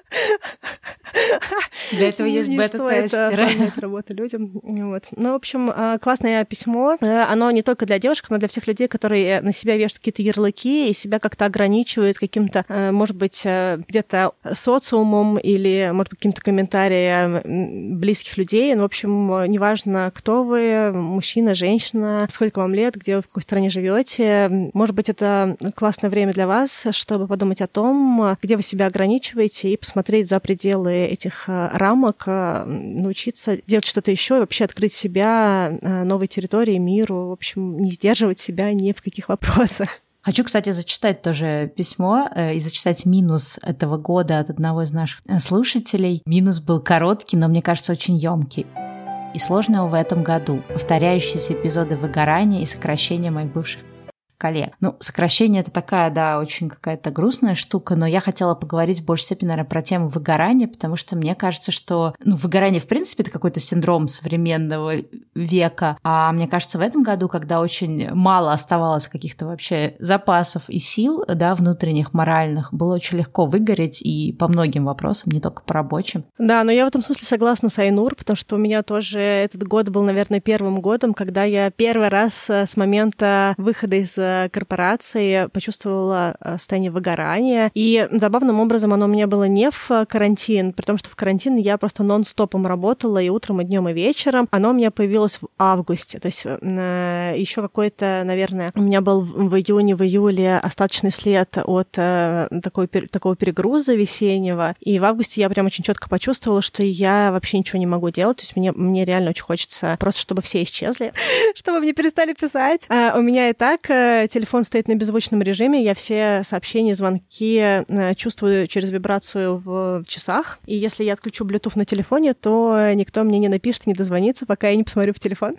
Для этого есть бета-тестеры. Не стоит работу людям. Вот. Ну, в общем, классное письмо. Оно не только для девушек, но для всех людей, которые на себя вешают какие-то ярлыки и себя как-то ограничивают каким-то, может быть, где-то социумом или, может быть, каким-то комментарием близких людей. Ну, в общем, неважно, кто вы, мужчина, женщина, сколько вам лет, где вы, в какой стране живете. Может быть, это классное время для вас, чтобы подумать о том, где вы себя ограничиваете, и посмотреть за пределы этих рамок, научиться делать что-то еще и вообще открыть себя новой территории, миру, в общем, не сдерживать себя ни в каких вопросах. Хочу, кстати, зачитать тоже письмо э, и зачитать минус этого года от одного из наших слушателей. Минус был короткий, но, мне кажется, очень ёмкий. И сложного в этом году. Повторяющиеся эпизоды выгорания и сокращения моих бывших коллег. Ну, сокращение — это такая, да, очень какая-то грустная штука, но я хотела поговорить в большей степени, наверное, про тему выгорания, потому что мне кажется, что, ну, выгорание, в принципе, это какой-то синдром современного века, а мне кажется, в этом году, когда очень мало оставалось каких-то вообще запасов и сил, да, внутренних, моральных, было очень легко выгореть и по многим вопросам, не только по рабочим. Да, но я в этом смысле согласна с Айнур, потому что у меня тоже этот год был, наверное, первым годом, когда я первый раз с момента выхода из корпорации почувствовала состояние выгорания. И забавным образом оно у меня было не в карантин, при том, что в карантин я просто нон-стопом работала и утром, и днем, и вечером. Оно у меня появилось в августе. То есть еще какой-то, наверное, у меня был в июне, в июле остаточный след от такой, такого перегруза весеннего. И в августе я прям очень четко почувствовала, что я вообще ничего не могу делать. То есть мне, мне реально очень хочется просто, чтобы все исчезли, чтобы мне перестали писать. А у меня и так телефон стоит на беззвучном режиме, я все сообщения, звонки чувствую через вибрацию в часах, и если я отключу Bluetooth на телефоне, то никто мне не напишет, не дозвонится, пока я не посмотрю в телефон.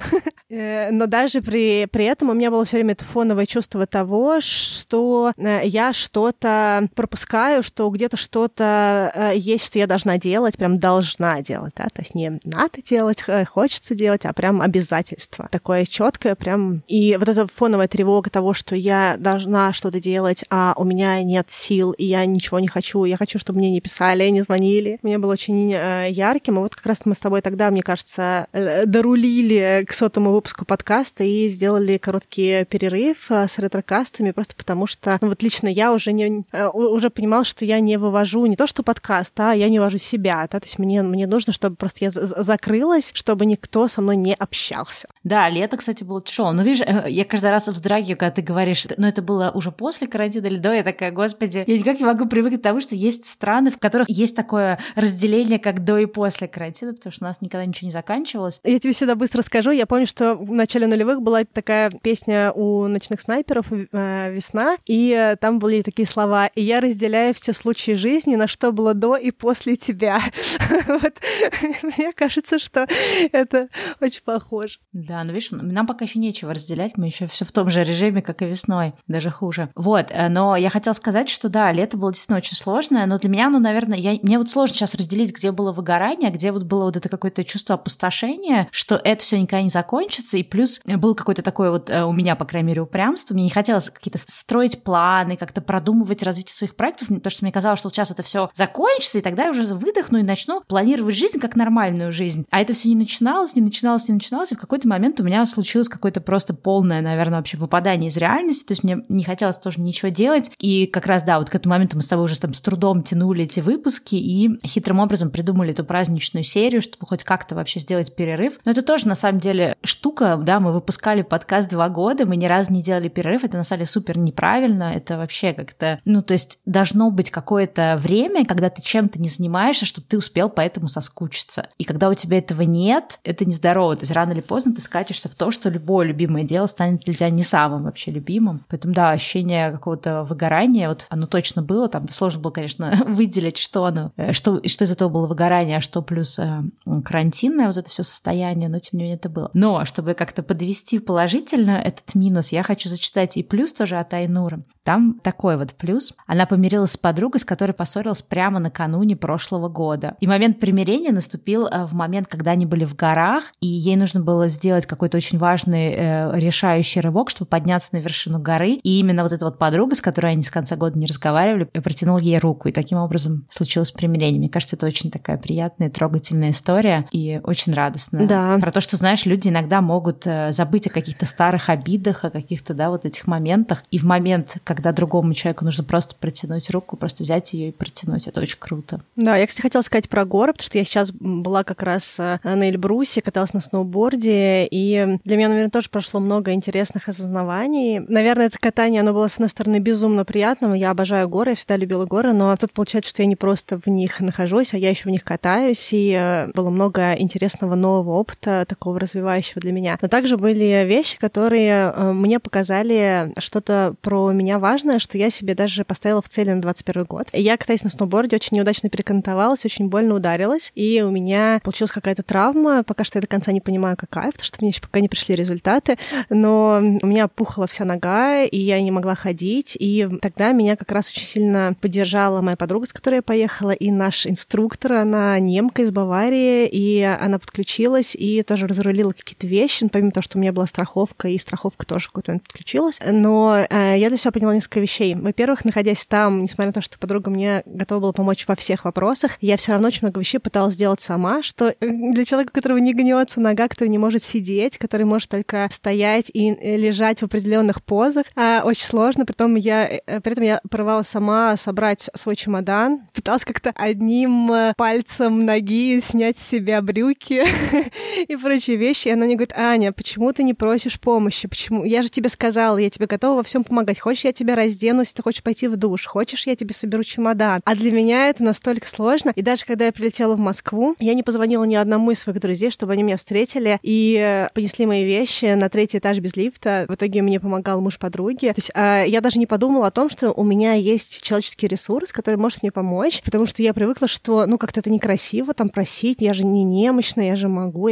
Но даже при, при этом у меня было все время это фоновое чувство того, что я что-то пропускаю, что где-то что-то есть, что я должна делать, прям должна делать, да, то есть не надо делать, хочется делать, а прям обязательство. Такое четкое прям. И вот эта фоновая тревога того, что я должна что-то делать, а у меня нет сил, и я ничего не хочу, я хочу, чтобы мне не писали, не звонили. Мне было очень ярким, и вот как раз мы с тобой тогда, мне кажется, дорулили к сотому выпуску подкаста и сделали короткий перерыв с ретрокастами, просто потому что, ну вот лично я уже, не, уже понимала, что я не вывожу не то, что подкаст, а я не вывожу себя, да, то есть мне, мне нужно, чтобы просто я закрылась, чтобы никто со мной не общался. Да, лето, кстати, было тяжело. Но видишь, я каждый раз вздрагиваю, когда ты говоришь, но это было уже после карантина или до, я такая, господи, я никак не могу привыкнуть к тому, что есть страны, в которых есть такое разделение, как до и после карантина, потому что у нас никогда ничего не заканчивалось. Я тебе сюда быстро скажу, я помню, что в начале нулевых была такая песня у «Ночных снайперов» «Весна», и там были такие слова: «И я разделяю все случаи жизни, на что было до и после тебя». Вот. Мне кажется, что это очень похоже. Да, ну видишь, нам пока еще нечего разделять, мы еще все в том же режиме, как и весной, даже хуже. Вот, но я хотела сказать, что да, лето было действительно очень сложное, но для меня, ну, наверное, я, мне вот сложно сейчас разделить, где было выгорание, а где вот было вот это какое-то чувство опустошения, что это все никогда не закончится, и плюс было какое-то такое вот у меня, по крайней мере, упрямство, мне не хотелось какие-то строить планы, как-то продумывать развитие своих проектов, потому что мне казалось, что вот сейчас это все закончится, и тогда я уже выдохну и начну планировать жизнь как нормальную жизнь. А это все не начиналось, не начиналось, не начиналось, и в какой-то момент у меня случилось какое-то просто полное, наверное, вообще выпадание из реальности, то есть мне не хотелось тоже ничего делать, и как раз, да, вот к этому моменту мы с тобой уже там с трудом тянули эти выпуски и хитрым образом придумали эту праздничную серию, чтобы хоть как-то вообще сделать перерыв. Но это тоже, на самом деле, штука, да, мы выпускали подкаст два года, мы ни разу не делали перерыв, это на самом деле супер неправильно, это вообще как-то, ну, то есть должно быть какое-то время, когда ты чем-то не занимаешься, чтобы ты успел поэтому соскучиться. И когда у тебя этого нет, это нездорово, то есть рано или поздно ты скатишься в то, что любое любимое дело станет для тебя не самым вообще любимым. Поэтому, да, ощущение какого-то выгорания, вот оно точно было, там сложно было, конечно, выделить, что оно, что, что из этого было выгорание, а что плюс э, карантинное вот это все состояние, но тем не менее это было. Но чтобы как-то подвести положительно этот минус, я хочу зачитать и плюс тоже от Айнуры. Там такой вот плюс. Она помирилась с подругой, с которой поссорилась прямо накануне прошлого года. И момент примирения наступил в момент, когда они были в горах, и ей нужно было сделать какой-то очень важный э, решающий рывок, чтобы подняться на вершину горы. И именно вот эта вот подруга, с которой они с конца года не разговаривали, протянула ей руку. И таким образом случилось примирение. Мне кажется, это очень такая приятная, трогательная история и очень радостная. Да. Про то, что, знаешь, люди иногда могут забыть о каких-то старых обидах, о каких-то, да, вот этих моментах. И в момент, когда другому человеку нужно просто протянуть руку, просто взять ее и протянуть. Это очень круто. Да, я, кстати, хотела сказать про горы, потому что я сейчас была как раз на Эльбрусе, каталась на сноуборде, и для меня, наверное, тоже прошло много интересных осознаваний. Наверное, это катание, оно было, с одной стороны, безумно приятным. Я обожаю горы, я всегда любила горы, но тут получается, что я не просто в них нахожусь, а я еще в них катаюсь, и было много интересного нового опыта, такого развивающего для меня. Но также были вещи, которые мне показали что-то про меня важное, что я себе даже поставила в цели на двадцать первый год. Я, катаясь на сноуборде, очень неудачно перекантовалась, очень больно ударилась, и у меня получилась какая-то травма. Пока что я до конца не понимаю, какая, потому что мне еще пока не пришли результаты, но у меня пухла вся нога, и я не могла ходить, и тогда меня как раз очень сильно поддержала моя подруга, с которой я поехала, и наш инструктор, она немка из Баварии, и она подключилась и тоже разрулила какие-то вещи, ну, помимо того, что у меня была страховка, и страховка тоже в какой-то момент подключилась, но э, я для себя поняла несколько вещей. Во-первых, находясь там, несмотря на то, что подруга мне готова была помочь во всех вопросах, я все равно очень много вещей пыталась сделать сама, что для человека, у которого не гнется нога, который не может сидеть, который может только стоять и лежать в определенных позах, а, очень сложно. Притом я, при этом я порывалась сама собрать свой чемодан, пыталась как-то одним пальцем ноги снять с себя брюки и прочие вещи. И она мне говорит: Аня, почему ты не просишь помощи? Почему? Я же тебе сказала, я тебе готова во всем помогать. Хочешь, я тебя раздену, если ты хочешь пойти в душ? Хочешь, я тебе соберу чемодан? А для меня это настолько сложно. И даже когда я прилетела в Москву, я не позвонила ни одному из своих друзей, чтобы они меня встретили и понесли мои вещи на третий этаж без лифта. В итоге мне помогал муж подруги. То есть э, я даже не подумала о том, что у меня есть человеческий ресурс, который может мне помочь, потому что я привыкла, что, ну, как-то это некрасиво там просить, я же не немощная, я же могу, я же могу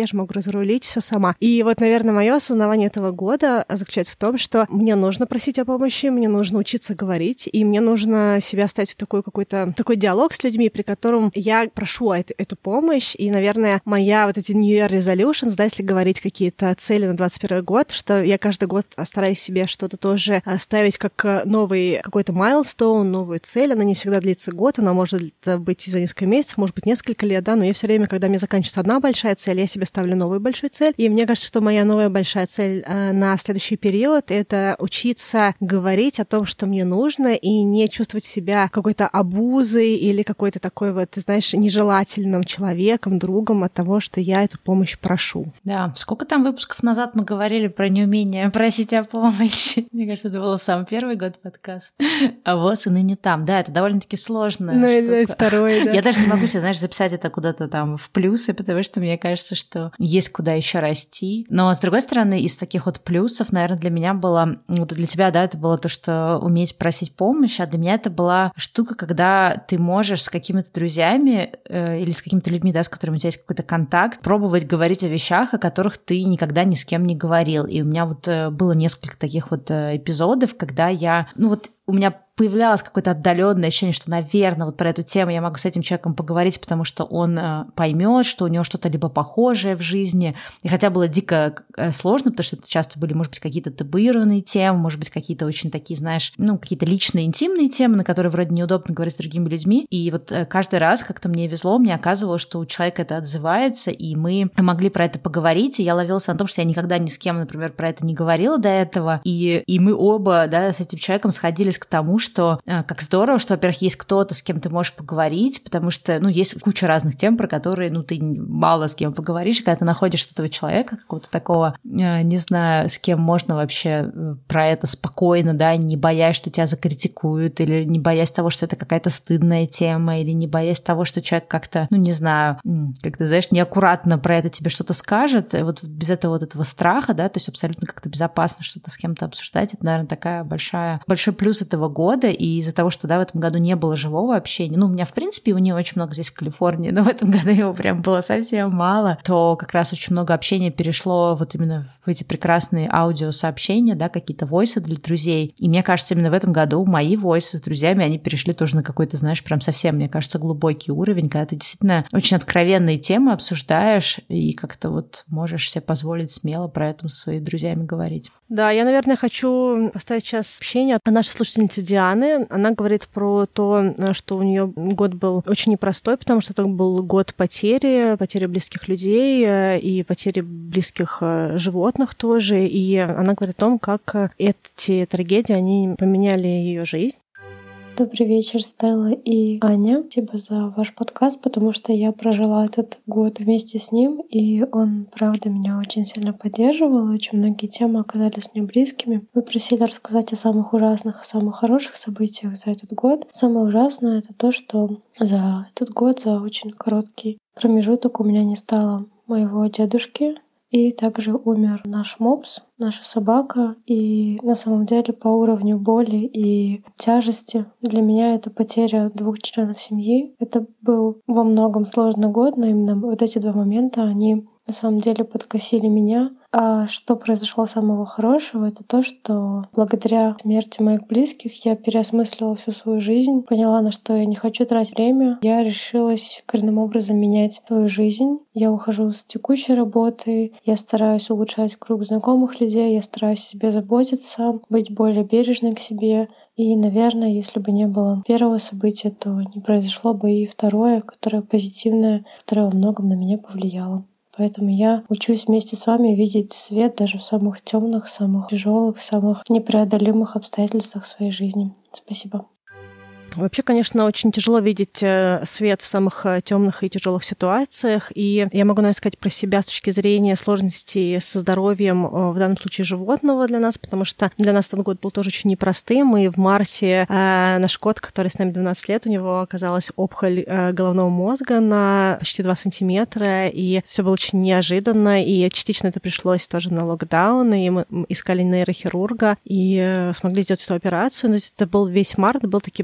разрулить все сама. И вот, наверное, мое осознавание этого года заключается в том, что мне нужно просить о помощи, мне нужно учиться говорить, и мне нужно себя ставить в такой какой-то такой диалог с людьми, при котором я прошу эту, эту помощь. И, наверное, моя вот эти New Year Resolutions, да, если говорить какие-то цели на двадцать первый год, что я каждый год стараюсь себе что-то тоже ставить как новый какой-то milestone, новую цель. Она не всегда длится год, она может быть и за несколько месяцев, может быть, несколько лет, да, но я все время, когда мне заканчивается одна большая цель, я себе ставлю новую большую цель. И мне кажется, что моя новая большая цель на следующий период — это учиться говорить о том, что мне нужно, и не чувствовать себя какой-то обузой или какой-то такой вот, ты знаешь, нежелательным человеком, другом от того, что я эту помощь прошу. Да, сколько там выпусков назад мы говорили про неумение просить о помощи? Мне кажется, это было в самый первый год подкаст. А вот и ныне там. Да, это довольно-таки сложно. Ну и второй, да. Я даже не могу себе, знаешь, записать это куда-то там в плюсы, потому что мне кажется, что есть куда еще расти. Но, с другой стороны, из таких вот плюсов, наверное, для меня было... Вот для тебя, да, это было то, что уметь просить помощь, а для меня это была штука, когда ты можешь с какими-то друзьями э, или с какими-то людьми, да, с которыми у тебя есть какой-то контакт, пробовать говорить о вещах, о которых ты никогда ни с кем не говорил. И у меня вот э, было несколько таких вот э, эпизодов, когда я... Ну вот у меня появлялось какое-то отдаленное ощущение, что, наверное, вот про эту тему я могу с этим человеком поговорить, потому что он поймет, что у него что-то либо похожее в жизни. И хотя было дико сложно, потому что это часто были, может быть, какие-то табуированные темы, может быть, какие-то очень такие, знаешь, ну, какие-то личные, интимные темы, на которые вроде неудобно говорить с другими людьми. И вот каждый раз как-то мне везло, мне оказывалось, что у человека это отзывается, и мы могли про это поговорить, и я ловилась на том, что я никогда ни с кем, например, про это не говорила до этого, и, и мы оба, да, с этим человеком сходились к тому, что как здорово, что, во-первых, есть кто-то, с кем ты можешь поговорить, потому что, ну, есть куча разных тем, про которые, ну, ты мало с кем поговоришь, и когда ты находишь этого человека, какого-то такого, не знаю, с кем можно вообще про это спокойно, да, не боясь, что тебя закритикуют, или не боясь того, что это какая-то стыдная тема, или не боясь того, что человек как-то, ну, не знаю, как ты знаешь, неаккуратно про это тебе что-то скажет, и вот без этого вот этого страха, да, то есть абсолютно как-то безопасно что-то с кем-то обсуждать, это, наверное, такая большая, большой плюс этого года, и из-за того, что, да, в этом году не было живого общения, ну, у меня, в принципе, его не очень много здесь, в Калифорнии, но в этом году его прям было совсем мало, то как раз очень много общения перешло вот именно в эти прекрасные аудиосообщения, да, какие-то войсы для друзей, и мне кажется, именно в этом году мои войсы с друзьями, они перешли тоже на какой-то, знаешь, прям совсем, мне кажется, глубокий уровень, когда ты действительно очень откровенные темы обсуждаешь и как-то вот можешь себе позволить смело про это со своими друзьями говорить. Да, я, наверное, хочу поставить сейчас сообщение от нашей слушательницы Дианы. Она говорит про то, что у нее год был очень непростой, потому что это был год потери, потери близких людей и потери близких животных тоже. И она говорит о том, как эти трагедии, они поменяли ее жизнь. Добрый вечер, Стелла и Аня. Спасибо за ваш подкаст, потому что я прожила этот год вместе с ним, и он, правда, меня очень сильно поддерживал. Очень многие темы оказались мне близкими. Вы просили рассказать о самых ужасных и самых хороших событиях за этот год. Самое ужасное — это то, что за этот год, за очень короткий промежуток у меня не стало моего дедушки, и также умер наш мопс, наша собака. И на самом деле по уровню боли и тяжести для меня это потеря двух членов семьи. Это был во многом сложный год, но именно вот эти два момента, они на самом деле подкосили меня. А что произошло самого хорошего, это то, что благодаря смерти моих близких я переосмыслила всю свою жизнь, поняла, на что я не хочу тратить время. Я решилась коренным образом менять свою жизнь. Я ухожу с текущей работы, я стараюсь улучшать круг знакомых людей, я стараюсь о себе заботиться, быть более бережной к себе. И, наверное, если бы не было первого события, то не произошло бы и второе, которое позитивное, которое во многом на меня повлияло. Поэтому я учусь вместе с вами видеть свет даже в самых темных, самых тяжелых, самых непреодолимых обстоятельствах своей жизни. Спасибо. Вообще, конечно, очень тяжело видеть свет в самых темных и тяжелых ситуациях. И я могу, наверное, сказать про себя с точки зрения сложностей со здоровьем, в данном случае животного для нас, потому что для нас этот год был тоже очень непростым. И в марте э, наш кот, который с нами двенадцать лет, у него оказалась опухоль э, головного мозга на почти два сантиметра. И все было очень неожиданно. И частично это пришлось тоже на локдаун. И мы искали нейрохирурга и э, смогли сделать эту операцию. Но это был весь март, был таким немножечко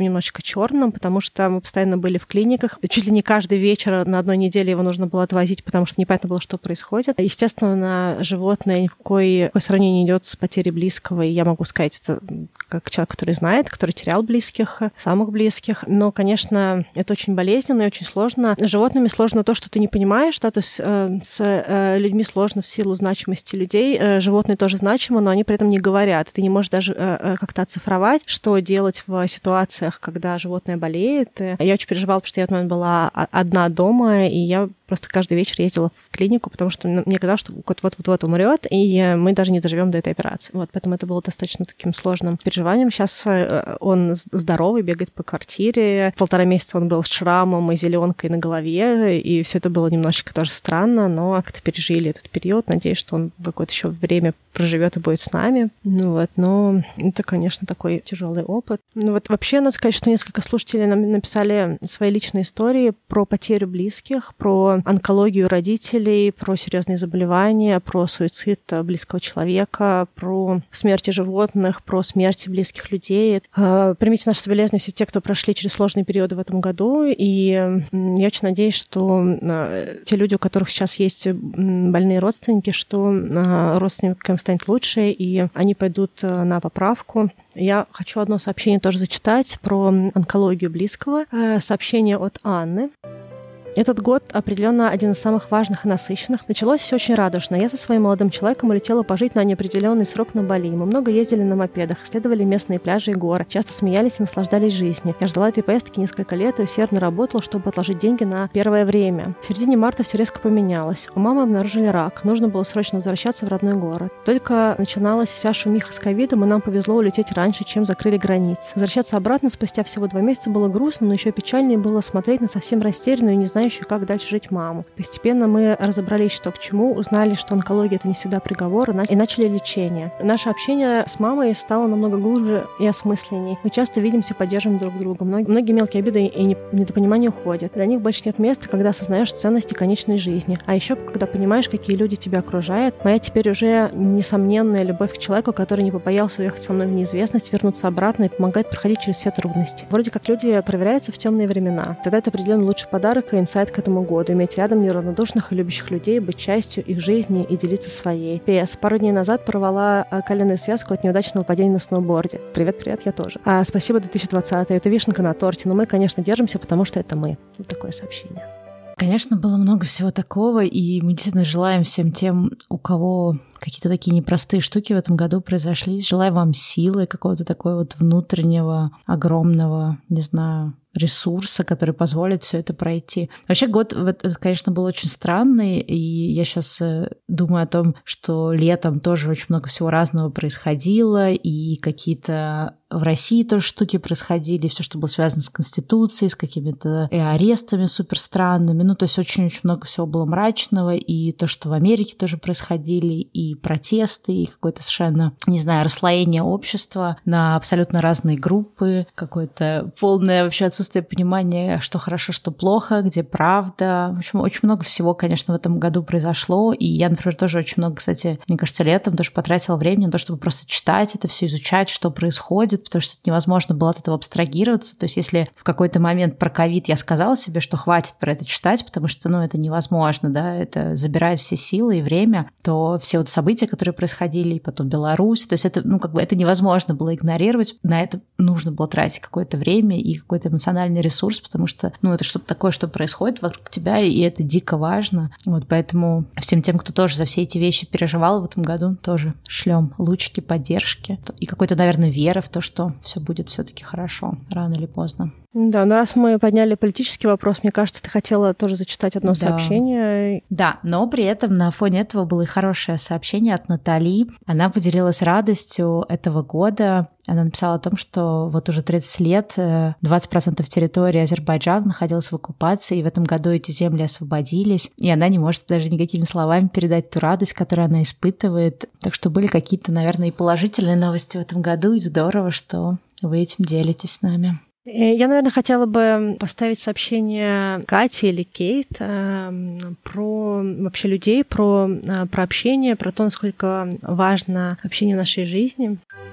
черным, потому что мы постоянно были в клиниках. Чуть ли не каждый вечер на одной неделе его нужно было отвозить, потому что непонятно было, что происходит. Естественно, животное никакой, никакое сравнение не идет с потерей близкого, и я могу сказать это как человек, который знает, который терял близких, самых близких. Но, конечно, это очень болезненно и очень сложно. С животными сложно то, что ты не понимаешь, да, то есть э, с э, людьми сложно в силу значимости людей. Э, животные тоже значимы, но они при этом не говорят. Ты не можешь даже э, как-то оцифровать, что делать в ситуациях, когда животное болеет. Я очень переживала, потому что я в этот момент была одна дома, и я просто каждый вечер ездила в клинику, потому что мне казалось, что кот вот-вот-вот умрет, и мы даже не доживем до этой операции. Вот, поэтому это было достаточно таким сложным переживанием. Сейчас он здоровый, бегает по квартире. Полтора месяца он был с шрамом и зеленкой на голове, и все это было немножечко тоже странно, но как-то пережили этот период. Надеюсь, что он какое-то еще время проживет и будет с нами. Ну вот, но это, конечно, такой тяжелый опыт. Ну вот вообще, надо сказать, что несколько слушателей нам написали свои личные истории про потерю близких, про онкологию родителей, про серьезные заболевания, про суицид близкого человека, про смерти животных, про смерти близких людей. Примите наши соболезнования все те, кто прошли через сложные периоды в этом году, и я очень надеюсь, что те люди, у которых сейчас есть больные родственники, что родственникам станет лучше, и они пойдут на поправку. Я хочу одно сообщение тоже зачитать про онкологию близкого. Сообщение от Анны. Этот год определенно один из самых важных и насыщенных. Началось все очень радужно. Я со своим молодым человеком улетела пожить на неопределенный срок на Бали. Мы много ездили на мопедах, исследовали местные пляжи и горы, часто смеялись и наслаждались жизнью. Я ждала этой поездки несколько лет и усердно работала, чтобы отложить деньги на первое время. В середине марта все резко поменялось. У мамы обнаружили рак. Нужно было срочно возвращаться в родной город. Только начиналась вся шумиха с ковидом, и нам повезло улететь раньше, чем закрыли границы. Возвращаться обратно спустя всего два месяца было грустно, но еще печальнее было смотреть на совсем растерянную и не знающую, как дальше жить маму. Постепенно мы разобрались, что к чему, узнали, что онкология — это не всегда приговор, и начали лечение. Наше общение с мамой стало намного глубже и осмысленней. Мы часто видимся, поддерживаем друг друга. Многие мелкие обиды и недопонимания уходят. Для них больше нет места, когда осознаешь ценности конечной жизни. А еще, когда понимаешь, какие люди тебя окружают. Моя теперь уже несомненная любовь к человеку, который не побоялся уехать со мной в неизвестность, вернуться обратно и помогает проходить через все трудности. Вроде как люди проверяются в темные времена. Тогда это определенно лучший подарок и инсайт к этому году. Иметь рядом неравнодушных и любящих людей, быть частью их жизни и делиться своей. Пи эс. Пару дней назад порвала коленную связку от неудачного падения на сноуборде. Привет-привет, я тоже. А, спасибо, две тысячи двадцатый. Это вишенка на торте, но мы, конечно, держимся, потому что это мы. Вот такое сообщение. Конечно, было много всего такого, и мы действительно желаем всем тем, у кого какие-то такие непростые штуки в этом году произошли, желаем вам силы, какого-то такого вот внутреннего, огромного, не знаю, ресурса, который позволит все это пройти. Вообще год, это, конечно, был очень странный, и я сейчас думаю о том, что летом тоже очень много всего разного происходило, и какие-то в России тоже штуки происходили, все, что было связано с Конституцией, с какими-то арестами супер странными. Ну, то есть очень-очень много всего было мрачного, и то, что в Америке тоже происходили, и протесты, и какое-то совершенно, не знаю, расслоение общества на абсолютно разные группы, какое-то полное вообще отсутствие понимания, что хорошо, что плохо, где правда. В общем, очень много всего, конечно, в этом году произошло, и я, например, тоже очень много, кстати, мне кажется, летом тоже потратила времени на то, чтобы просто читать это все, изучать, что происходит, потому что невозможно было от этого абстрагироваться. То есть если в какой-то момент про ковид я сказала себе, что хватит про это читать, потому что, ну, это невозможно, да, это забирает все силы и время, то все вот события, которые происходили, и потом Беларусь, то есть это, ну, как бы это невозможно было игнорировать, на это нужно было тратить какое-то время и какой-то эмоциональный ресурс, потому что, ну, это что-то такое, что происходит вокруг тебя, и это дико важно. Вот поэтому всем тем, кто тоже за все эти вещи переживал в этом году, тоже шлем лучики, поддержки и какой-то, наверное, веры в то, что все будет все-таки хорошо, рано или поздно. Да, но раз мы подняли политический вопрос, мне кажется, ты хотела тоже зачитать одно да. сообщение. Да, но при этом на фоне этого было и хорошее сообщение от Натали. Она поделилась радостью этого года. Она написала о том, что вот уже тридцать лет двадцать процентов территории Азербайджана находилась в оккупации, и в этом году эти земли освободились, и она не может даже никакими словами передать ту радость, которую она испытывает. Так что были какие-то, наверное, и положительные новости в этом году, и здорово, что вы этим делитесь с нами. Я, наверное, хотела бы поставить сообщение Кати или Кейт э, про вообще людей, про, э, про общение, про то, насколько важно общение в нашей жизни.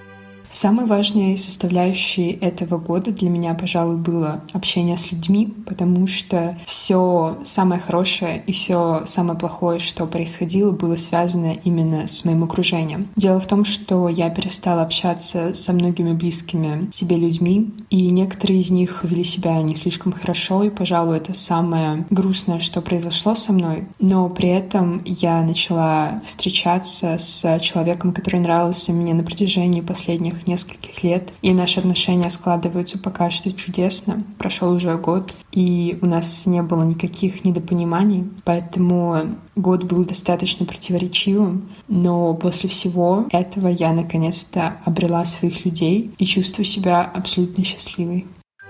Самой важной составляющей этого года для меня, пожалуй, было общение с людьми, потому что все самое хорошее и все самое плохое, что происходило, было связано именно с моим окружением. Дело в том, что я перестала общаться со многими близкими себе людьми, и некоторые из них вели себя не слишком хорошо, и, пожалуй, это самое грустное, что произошло со мной. Но при этом я начала встречаться с человеком, который нравился мне на протяжении последних нескольких лет, и наши отношения складываются пока что чудесно. Прошел уже год, и у нас не было никаких недопониманий, поэтому год был достаточно противоречивым, но после всего этого я наконец-то обрела своих людей и чувствую себя абсолютно счастливой.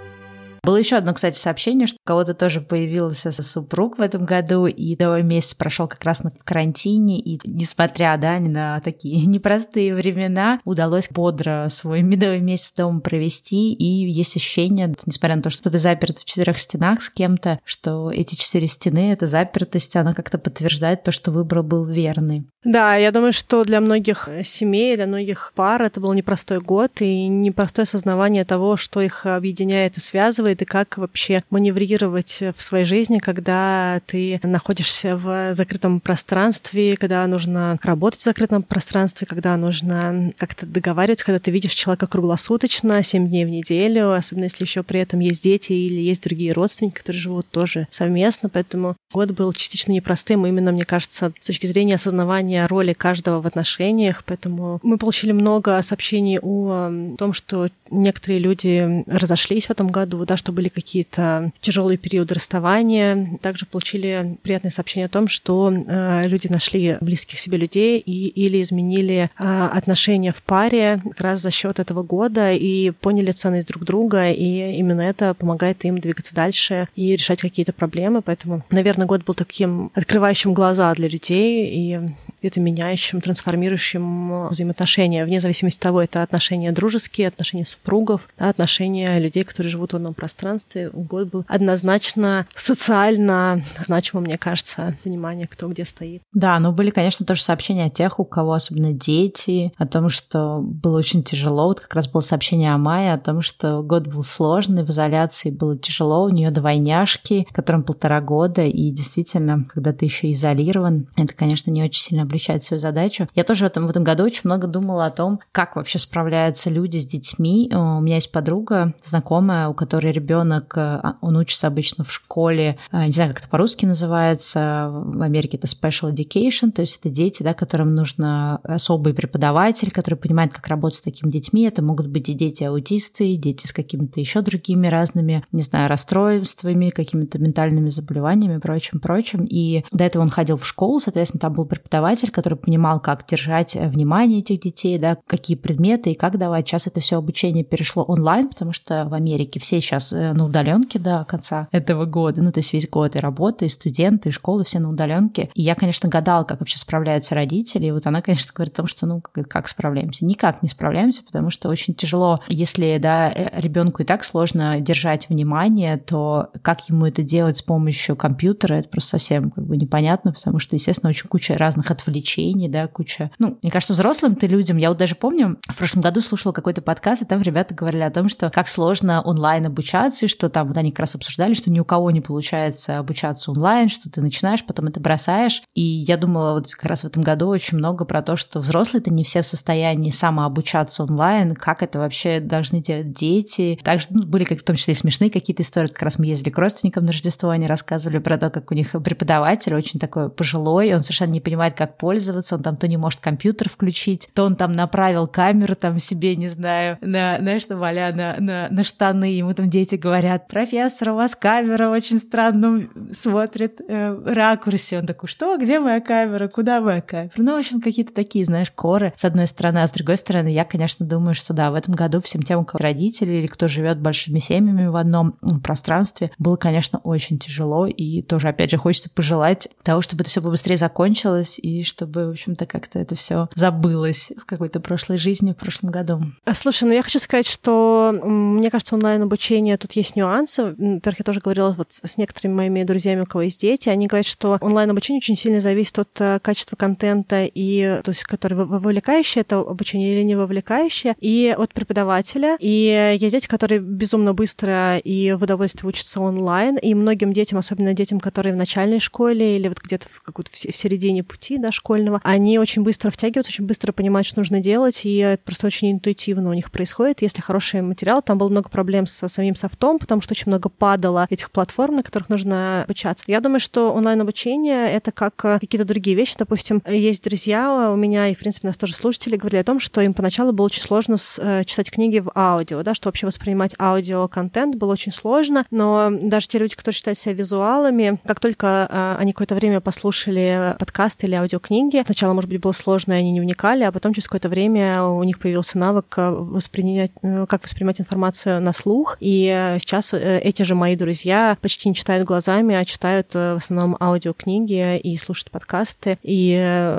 Было еще одно, кстати, сообщение, что у кого-то тоже появился супруг в этом году, и новый месяц прошел как раз на карантине, и несмотря, да, на такие непростые времена, удалось бодро свой медовый месяц дома провести, и есть ощущение, несмотря на то, что ты заперт в четырех стенах с кем-то, что эти четыре стены, эта запертость, она как-то подтверждает то, что выбор был верный. Да, я думаю, что для многих семей, для многих пар это был непростой год и непростое осознавание того, что их объединяет и связывает, и как вообще маневрировать в своей жизни, когда ты находишься в закрытом пространстве, когда нужно работать в закрытом пространстве, когда нужно как-то договариваться, когда ты видишь человека круглосуточно, семь дней в неделю, особенно если еще при этом есть дети или есть другие родственники, которые живут тоже совместно. Поэтому год был частично непростым, именно, мне кажется, с точки зрения осознавания роли каждого в отношениях, поэтому мы получили много сообщений о том, что некоторые люди разошлись в этом году, да, что были какие-то тяжелые периоды расставания. Также получили приятные сообщения о том, что э, люди нашли близких себе людей и, или изменили э, отношения в паре как раз за счет этого года и поняли ценность друг друга, и именно это помогает им двигаться дальше и решать какие-то проблемы. Поэтому, наверное, год был таким открывающим глаза для людей и где-то меняющим, трансформирующим взаимоотношения, вне зависимости от того, это отношения дружеские, отношения супругов, да, отношения людей, которые живут в одном пространстве. Год был однозначно социально значимым, мне кажется, понимание, кто где стоит. Да, но были, конечно, тоже сообщения о тех, у кого особенно дети, о том, что было очень тяжело. Вот как раз было сообщение о Майе, о том, что год был сложный, в изоляции было тяжело, у нее двойняшки, которым полтора года, и действительно, когда ты еще изолирован, это, конечно, не очень сильно облегчает свою задачу. Я тоже в этом, в этом году очень много думала о том, как вообще справляются люди с детьми. У меня есть подруга, знакомая, у которой ребенок, он учится обычно в школе, не знаю, как это по-русски называется, в Америке это special education, то есть это дети, да, которым нужно особый преподаватель, который понимает, как работать с такими детьми. Это могут быть и дети-аутисты, и дети с какими-то еще другими разными, не знаю, расстройствами, какими-то ментальными заболеваниями и прочим, прочим. И до этого он ходил в школу, соответственно, там был преподаватель, который понимал, как держать внимание этих детей, да, какие предметы и как давать. Сейчас это все обучение перешло онлайн, потому что в Америке все сейчас на удаленке до конца этого года, ну, то есть весь год и работа, и студенты, и школы все на удаленке. И я, конечно, гадала, как вообще справляются родители. И вот она, конечно, говорит о том, что, ну, как, как справляемся? Никак не справляемся, потому что очень тяжело, если, да, ребенку и так сложно держать внимание, то как ему это делать с помощью компьютера, это просто совсем как бы непонятно, потому что, естественно, очень куча разных отвлечений, да, куча... Ну, мне кажется, взрослым-то людям, я вот даже помню, в прошлом году слушала какой-то подкаст, и там ребята говорили о том, что как сложно онлайн обучаться, и что там вот они как раз обсуждали, что ни у кого не получается обучаться онлайн, что ты начинаешь, потом это бросаешь. И я думала вот как раз в этом году очень много про то, что взрослые-то не все в состоянии самообучаться онлайн, как это вообще должны делать дети. Также ну, были в том числе и смешные какие-то истории, как раз мы ездили к родственникам на Рождество, они рассказывали про то, как у них преподаватель очень такой пожилой, он совершенно не понимает, как пользоваться, он там то не может компьютер включить, то он там направил камеру там себе, не знаю, на, знаешь, на валя, на, на, на штаны, ему там дети говорят: профессор, у вас камера очень странно смотрит э, ракурсе. Он такой: что, где моя камера, куда моя камера? Ну, в общем, какие-то такие, знаешь, коры, с одной стороны, а с другой стороны, я, конечно, думаю, что да, в этом году всем тем, у кого родители или кто живет большими семьями в одном пространстве, было, конечно, очень тяжело, и тоже, опять же, хочется пожелать того, чтобы это все побыстрее закончилось, и чтобы, в общем-то, как-то это все забылось в какой-то прошлой жизни в прошлом году. Слушай, ну я хочу сказать, что мне кажется, онлайн-обучение тут есть нюансы. Во-первых, я тоже говорила вот с некоторыми моими друзьями, у кого есть дети, они говорят, что онлайн-обучение очень сильно зависит от качества контента, и, то есть, который вовлекающий это обучение или не вовлекающее, и от преподавателя. И есть дети, которые безумно быстро и в удовольствие учатся онлайн, и многим детям, особенно детям, которые в начальной школе или вот где-то в какой-то в середине пути, да, школьного, они очень быстро втягиваются, очень быстро понимают, что нужно делать, и это просто очень интуитивно у них происходит. Если хороший материал, там было много проблем со самим софтом, потому что очень много падало этих платформ, на которых нужно обучаться. Я думаю, что онлайн-обучение — это как какие-то другие вещи. Допустим, есть друзья у меня, и, в принципе, нас тоже слушатели говорили о том, что им поначалу было очень сложно читать книги в аудио, да, что вообще воспринимать аудиоконтент было очень сложно, но даже те люди, которые считают себя визуалами, как только они какое-то время послушали подкасты или аудиокниги, сначала, может быть, было сложно, и они не вникали, а потом через какое-то время у них появился навык воспринять, как воспринимать информацию на слух, и сейчас эти же мои друзья почти не читают глазами, а читают в основном аудиокниги и слушают подкасты, и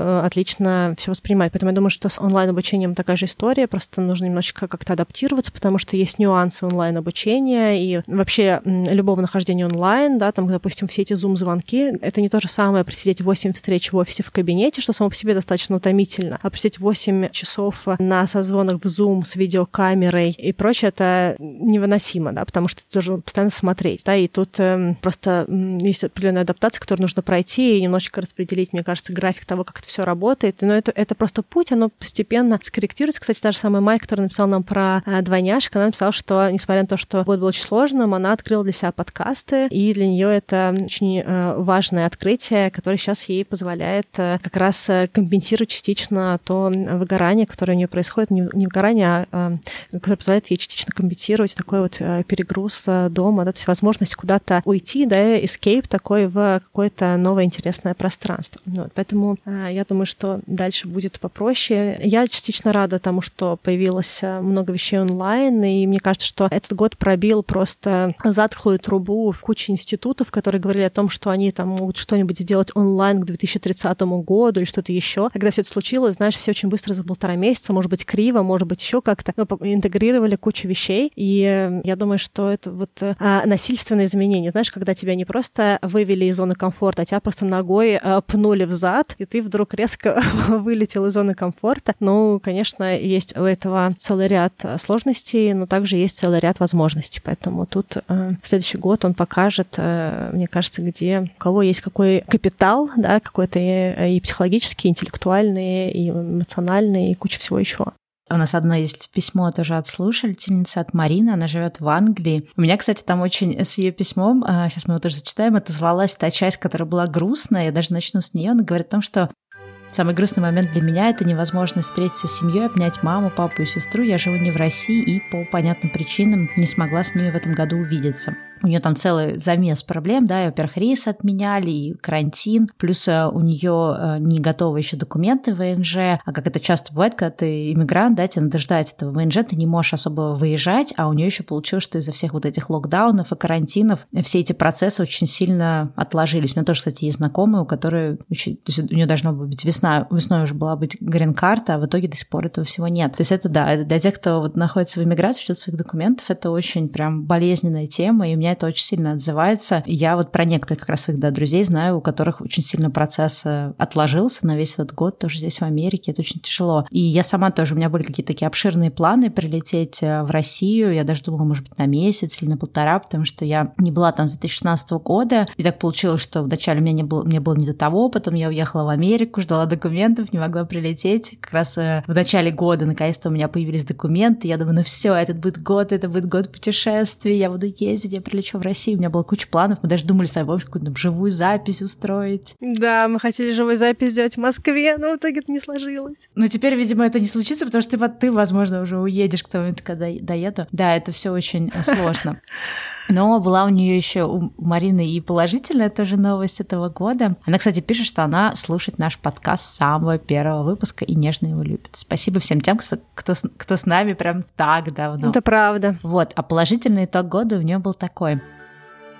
отлично все воспринимают. Поэтому я думаю, что с онлайн-обучением такая же история, просто нужно немножечко как-то адаптироваться, потому что есть нюансы онлайн-обучения и вообще любого нахождения онлайн, да, там, допустим, все эти зум-звонки, это не то же самое просидеть восемь встреч в офисе в кабинете, что само по себе достаточно утомительно, а просидеть восемь часов на созвонах в Zoom с видеокамерой и прочее, это невыносимо, да, потому что ты должен постоянно смотреть, да, и тут э, просто э, есть определенная адаптация, которую нужно пройти и немножечко распределить, мне кажется, график того, как это все работает, но это, это просто путь, оно постепенно скорректируется. Кстати, та же самая Майя, которая написала нам про э, двойняшек, она написала, что, несмотря на то, что год был очень сложным, она открыла для себя подкасты, и для нее это очень э, важное открытие, которое сейчас ей позволяет э, как раз компенсировать частично то выгорание, которое у нее происходит, не, не выгорание, а э, которое позволяет ей частично компенсировать такой вот э, перегруз э, дома, да, то есть возможность куда-то уйти, да, escape такой в какое-то новое интересное пространство. Вот, поэтому э, я думаю, что дальше будет попроще. Я частично рада тому, что появилось много вещей онлайн, и мне кажется, что этот год пробил просто затхлую трубу в куче институтов, которые говорили о том, что они там могут что-нибудь сделать онлайн к две тысячи тридцатому году или что-то еще. Когда все это случилось, знаешь, все очень быстро за полтора месяца, может быть, криво, может быть, еще как-то, но интегрировали кучу вещей, и я думаю, что это вот а, насильственные изменения, знаешь, когда тебя не просто вывели из зоны комфорта, а тебя просто ногой а, пнули в зад, и ты вдруг резко вылетел из зоны комфорта. Ну, конечно, есть у этого целый ряд сложностей, но также есть целый ряд возможностей, поэтому тут э, следующий год он покажет, э, мне кажется, где у кого есть какой капитал, да, какой-то и, и психологический, и интеллектуальный, и эмоциональный, и куча всего еще. У нас одно есть письмо тоже от слушательницы, от Марины, она живет в Англии. У меня, кстати, там очень с ее письмом, сейчас мы его тоже зачитаем, отозвалась та часть, которая была грустная, я даже начну с нее. Она говорит о том, что самый грустный момент для меня — это невозможность встретиться с семьей, обнять маму, папу и сестру. Я живу не в России и по понятным причинам не смогла с ними в этом году увидеться. У нее там целый замес проблем, да, и, во-первых, рейс отменяли, и карантин, плюс у нее не готовы еще документы ВНЖ, а как это часто бывает, когда ты иммигрант, да, тебе надо ждать этого ВНЖ, ты не можешь особо выезжать, а у нее еще получилось, что из-за всех вот этих локдаунов и карантинов все эти процессы очень сильно отложились. У меня тоже, кстати, есть знакомые, у которых, то есть у нее должно быть весна, весной уже была быть грин-карта, а в итоге до сих пор этого всего нет. То есть это, да, для тех, кто вот находится в эмиграции, ждет своих документов, это очень прям болезненная тема, и у меня это очень сильно отзывается. Я вот про некоторых как раз своих, да, друзей знаю, у которых очень сильно процесс отложился на весь этот год, тоже здесь в Америке, это очень тяжело. И я сама тоже, у меня были какие-то такие обширные планы прилететь в Россию, я даже думала, может быть, на месяц или на полтора, потому что я не была там с две тысячи шестнадцатого года, и так получилось, что вначале мне, не было, мне было не до того, потом я уехала в Америку, ждала документов, не могла прилететь. Как раз в начале года наконец-то у меня появились документы, я думаю, ну все, этот будет год, это будет год путешествий, я буду ездить, я прилечу в Россию. У меня была куча планов, мы даже думали с тобой какую-то живую запись устроить. Да, мы хотели живую запись сделать в Москве, но в итоге это не сложилось. Но теперь, видимо, это не случится, потому что ты, ты возможно, уже уедешь к тому моменту, когда доеду. Да, это все очень сложно. Но была у нее еще у Марины и положительная тоже новость этого года. Она, кстати, пишет, что она слушает наш подкаст с самого первого выпуска и нежно его любит. Спасибо всем тем, кто, кто, кто с нами прям так давно. Это правда. Вот, а положительный итог года у нее был такой.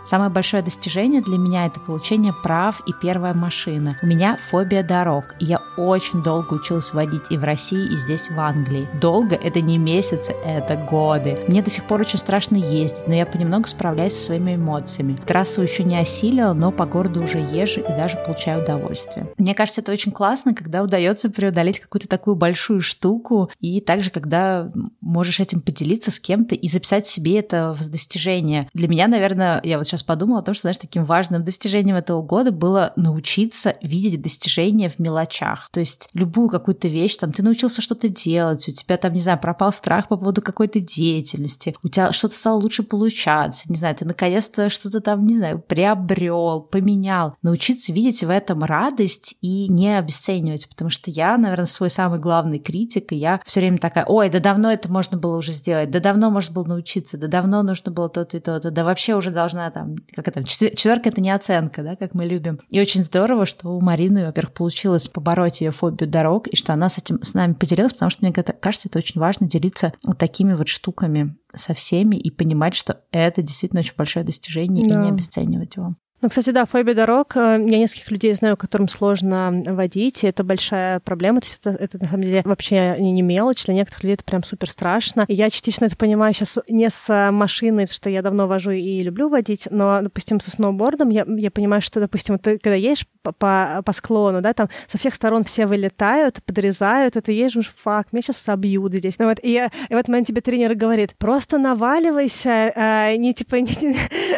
Самое большое достижение для меня — это получение прав и первая машина. У меня фобия дорог, и я очень долго училась водить и в России, и здесь, в Англии. Долго — это не месяцы, это годы. Мне до сих пор очень страшно ездить, но я понемногу справляюсь со своими эмоциями. Трассу еще не осилила, но по городу уже езжу и даже получаю удовольствие. Мне кажется, это очень классно, когда удается преодолеть какую-то такую большую штуку, и также, когда можешь этим поделиться с кем-то и записать себе это в достижение. Для меня, наверное, я вот сейчас подумала о том, что, знаешь, таким важным достижением этого года было научиться видеть достижения в мелочах. То есть любую какую-то вещь, там, ты научился что-то делать, у тебя там, не знаю, пропал страх по поводу какой-то деятельности, у тебя что-то стало лучше получаться, не знаю, ты наконец-то что-то там, не знаю, приобрел, поменял. Научиться видеть в этом радость и не обесценивать, потому что я, наверное, свой самый главный критик, и я все время такая: ой, да давно это можно было уже сделать, да давно можно было научиться, да давно нужно было то-то и то-то, да вообще уже должна там, как это, четверка — это не оценка, да, как мы любим. И очень здорово, что у Марины, во-первых, получилось побороть ее фобию дорог, и что она с этим с нами поделилась, потому что мне кажется, это очень важно — делиться вот такими вот штуками со всеми и понимать, что это действительно очень большое достижение, да, и не обесценивать его. Ну, кстати, да, фобия дорог. Я нескольких людей знаю, которым сложно водить, и это большая проблема. То есть это, это на самом деле вообще не мелочь. Для некоторых людей это прям супер страшно. И я частично это понимаю сейчас не с машиной, потому что я давно вожу и люблю водить, но, допустим, со сноубордом я, я понимаю, что, допустим, ты когда едешь по, по, по склону, да, там со всех сторон все вылетают, подрезают, и ты едешь, фак, меня сейчас собьют здесь. Ну, вот, и, и в этот момент тебе тренер говорит: просто наваливайся, а, не, типа, не,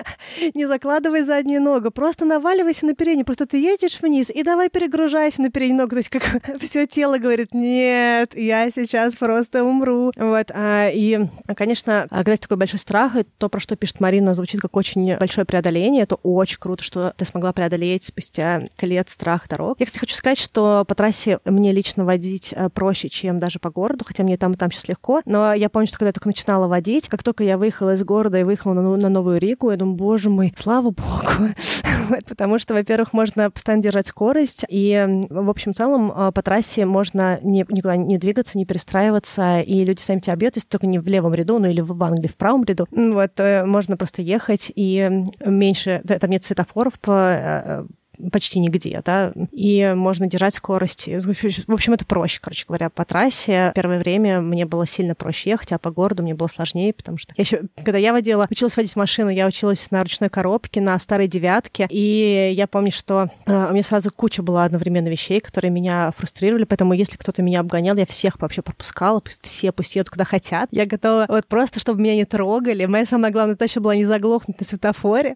не закладывай заднюю ногу, просто наваливайся на переднюю, просто ты едешь вниз и давай перегружайся на переднюю ногу. То есть как все тело говорит: нет, я сейчас просто умру. Вот. И, конечно, когда есть такой большой страх, то, про что пишет Марина, звучит как очень большое преодоление. Это очень круто, что ты смогла преодолеть спустя лет страх дорог. Я, кстати, хочу сказать, что по трассе мне лично водить проще, чем даже по городу, хотя мне там и там сейчас легко. Но я помню, что когда я только начинала водить, как только я выехала из города и выехала на, на Новую Ригу, я думаю: боже мой, слава богу. Вот, потому что, во-первых, можно постоянно держать скорость, и, в общем, в целом по трассе можно не, никуда не двигаться, не перестраиваться, и люди сами тебя бьют, если только не в левом ряду, ну или в Англии в правом ряду. Вот, можно просто ехать, и меньше, там нет светофоров по почти нигде, да, и можно держать скорость. В общем, это проще, короче говоря, по трассе. Первое время мне было сильно проще ехать, а по городу мне было сложнее, потому что я еще, когда я водила, училась водить машину, я училась на ручной коробке, на старой девятке, и я помню, что э, у меня сразу куча была одновременно вещей, которые меня фрустрировали, поэтому если кто-то меня обгонял, я всех вообще пропускала, все пусть едут куда хотят. Я готова вот просто, чтобы меня не трогали. Моя самая главная задача была не заглохнуть на светофоре.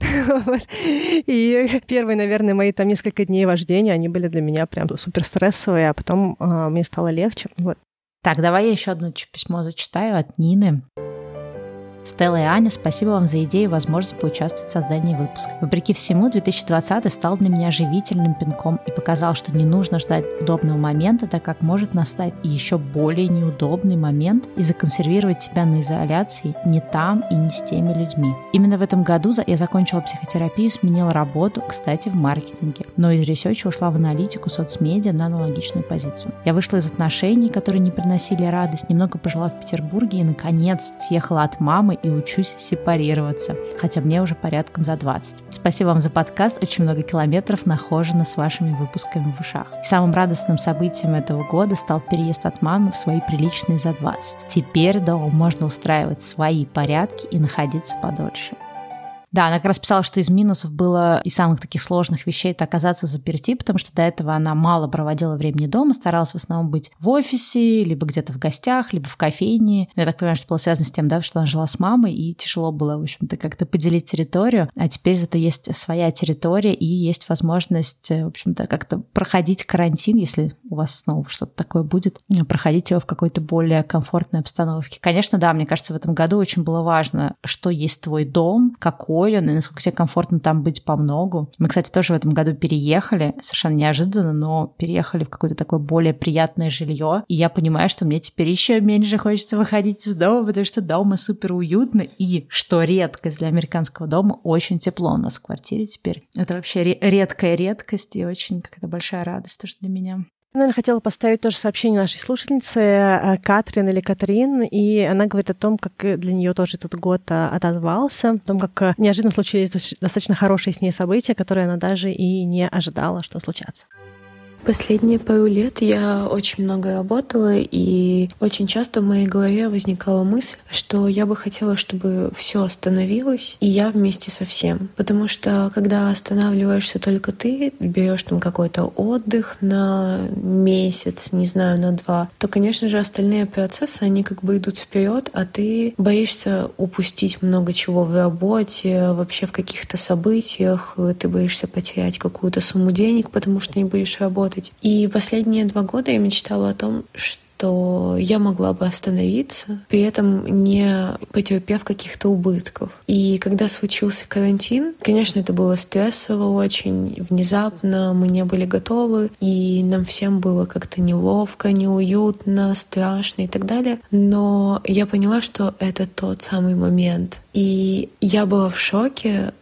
И первые, наверное, мои там несколько дней вождения, они были для меня прям супер стрессовые, а потом э, мне стало легче. Вот. Так, давай я еще одно письмо зачитаю от Нины. Стелла и Аня, спасибо вам за идею и возможность поучаствовать в создании выпуска. Вопреки всему, две тысячи двадцатый стал для меня живительным пинком и показал, что не нужно ждать удобного момента, так как может настать и еще более неудобный момент и законсервировать тебя на изоляции не там и не с теми людьми. Именно в этом году я закончила психотерапию, сменила работу, кстати, в маркетинге, но из ресерча ушла в аналитику соцмедиа на аналогичную позицию. Я вышла из отношений, которые не приносили радость, немного пожила в Петербурге и, наконец, съехала от мамы и учусь сепарироваться, хотя мне уже порядком за двадцать. Спасибо вам за подкаст, очень много километров нахожено с вашими выпусками в ушах. И самым радостным событием этого года стал переезд от мамы в свои приличные за двадцать. Теперь дома можно устраивать свои порядки и находиться подольше. Да, она как раз писала, что из минусов было и самых таких сложных вещей — это оказаться заперти, потому что до этого она мало проводила времени дома, старалась в основном быть в офисе, либо где-то в гостях, либо в кофейне. Я так понимаю, что это было связано с тем, да, что она жила с мамой, и тяжело было, в общем-то, как-то поделить территорию. А теперь зато есть своя территория, и есть возможность, в общем-то, как-то проходить карантин, если у вас снова что-то такое будет, проходить его в какой-то более комфортной обстановке. Конечно, да, мне кажется, в этом году очень было важно, что есть твой дом, какой он, и насколько тебе комфортно там быть по многу. Мы, кстати, тоже в этом году переехали, совершенно неожиданно, но переехали в какое-то такое более приятное жилье. И я понимаю, что мне теперь еще меньше хочется выходить из дома, потому что дома супер уютно, и, что редкость для американского дома, очень тепло у нас в квартире теперь. Это вообще редкая редкость и очень какая-то большая радость тоже для меня. Наверное, хотела поставить тоже сообщение нашей слушательницы Катрин или Катрин, и она говорит о том, как для нее тоже этот год отозвался, о том, как неожиданно случились достаточно хорошие с ней события, которые она даже и не ожидала, что случатся. Последние пару лет я очень много работала, и очень часто в моей голове возникала мысль, что я бы хотела, чтобы все остановилось, и я вместе со всем. Потому что когда останавливаешься только ты, берешь там какой-то отдых на месяц, не знаю, на два, то, конечно же, остальные процессы, они как бы идут вперед, а ты боишься упустить много чего в работе, вообще в каких-то событиях, ты боишься потерять какую-то сумму денег, потому что не будешь работать. И последние два года я мечтала о том, что я могла бы остановиться, при этом не потерпев каких-то убытков. И когда случился карантин, конечно, это было стрессово очень, внезапно, мы не были готовы, и нам всем было как-то неловко, неуютно, страшно и так далее. Но я поняла, что это тот самый момент. И я была в шоке,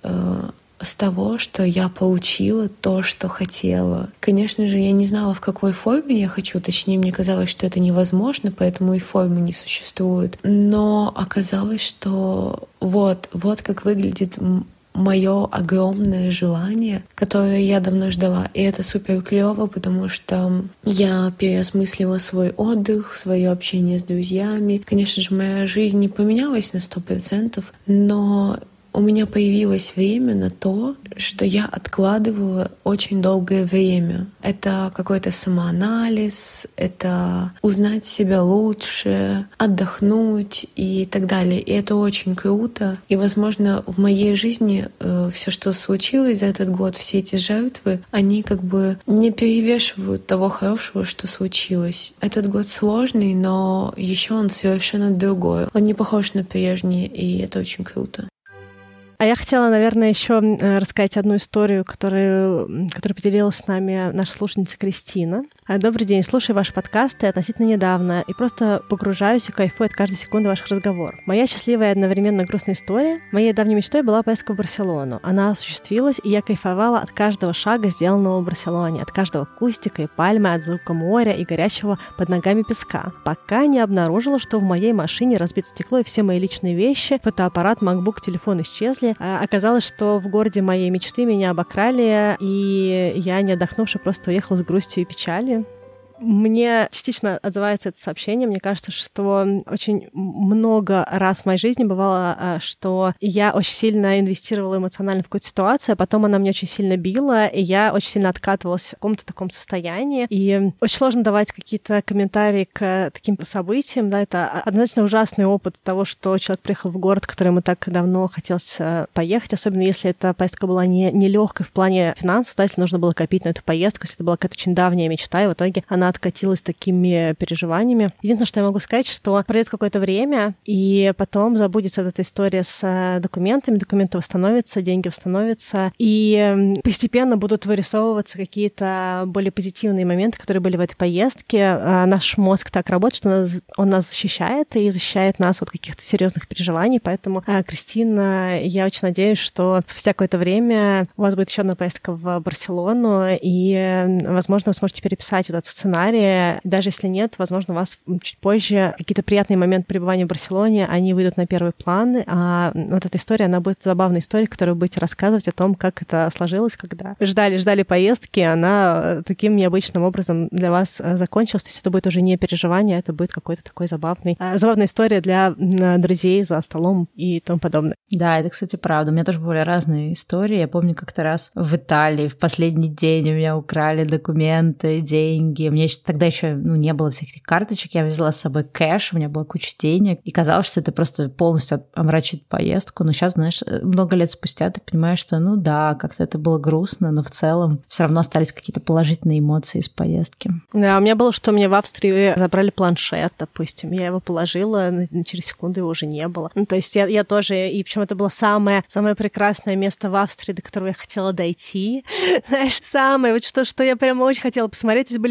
с того, что я получила то, что хотела. Конечно же, я не знала, в какой форме я хочу, точнее, мне казалось, что это невозможно, поэтому и формы не существует. Но оказалось, что вот, вот как выглядит мое огромное желание, которое я давно ждала. И это супер клево, потому что я переосмыслила свой отдых, свое общение с друзьями. Конечно же, моя жизнь не поменялась на сто процентов, но у меня появилось время на то, что я откладывала очень долгое время. Это какой-то самоанализ, это узнать себя лучше, отдохнуть и так далее. И это очень круто. И, возможно, в моей жизни э, все, что случилось за этот год, все эти жертвы, они как бы не перевешивают того хорошего, что случилось. Этот год сложный, но еще он совершенно другой. Он не похож на прежний, и это очень круто. А я хотела, наверное, еще рассказать одну историю, которую, которую поделилась с нами наша слушательница Кристина. Добрый день, слушаю ваши подкасты относительно недавно и просто погружаюсь и кайфую от каждой секунды ваших разговоров. Моя счастливая и одновременно грустная история. Моей давней мечтой была поездка в Барселону. Она осуществилась, и я кайфовала от каждого шага, сделанного в Барселоне, от каждого кустика и пальмы, от звука моря и горячего под ногами песка, пока не обнаружила, что в моей машине разбито стекло и все мои личные вещи, фотоаппарат, макбук, телефон исчезли. Оказалось, что в городе моей мечты меня обокрали, и я, не отдохнувши, просто уехала с грустью и печалью. Мне частично отзывается это сообщение. Мне кажется, что очень много раз в моей жизни бывало, что я очень сильно инвестировала эмоционально в какую-то ситуацию, а потом она меня очень сильно била, и я очень сильно откатывалась в каком-то таком состоянии. И очень сложно давать какие-то комментарии к таким событиям. Да, это однозначно ужасный опыт того, что человек приехал в город, в который ему так давно хотелось поехать, особенно если эта поездка была не, не легкой в плане финансов, да, если нужно было копить на эту поездку, если это была какая-то очень давняя мечта, и в итоге она откатилась такими переживаниями. Единственное, что я могу сказать, что пройдет какое-то время, и потом забудется эта история с документами, документы восстановятся, деньги восстановятся, и постепенно будут вырисовываться какие-то более позитивные моменты, которые были в этой поездке. Наш мозг так работает, что он нас, он нас защищает и защищает нас от каких-то серьезных переживаний, поэтому, Кристина, я очень надеюсь, что спустя какое-то время у вас будет еще одна поездка в Барселону, и, возможно, вы сможете переписать этот сценарий. Даже если нет, возможно, у вас чуть позже какие-то приятные моменты пребывания в Барселоне, они выйдут на первый план, а вот эта история, она будет забавной историей, которую вы будете рассказывать о том, как это сложилось, когда ждали-ждали поездки, она таким необычным образом для вас закончилась. То есть это будет уже не переживание, это будет какой-то такой забавный, забавная история для друзей за столом и тому подобное. Да, это, кстати, правда. У меня тоже были разные истории. Я помню, как-то раз в Италии в последний день у меня украли документы, деньги. Мне тогда еще ну, не было всех этих карточек, я взяла с собой кэш, у меня была куча денег, и казалось, что это просто полностью омрачит поездку. Но сейчас, знаешь, много лет спустя ты понимаешь, что ну да, как-то это было грустно, но в целом все равно остались какие-то положительные эмоции из поездки. Да, у меня было, что мне в Австрии забрали планшет, допустим, я его положила, через секунду его уже не было. Ну, то есть я, я тоже, и причем это было самое, самое прекрасное место в Австрии, до которого я хотела дойти. Знаешь, самое, вот что, что я прямо очень хотела посмотреть, то есть были вещи, которые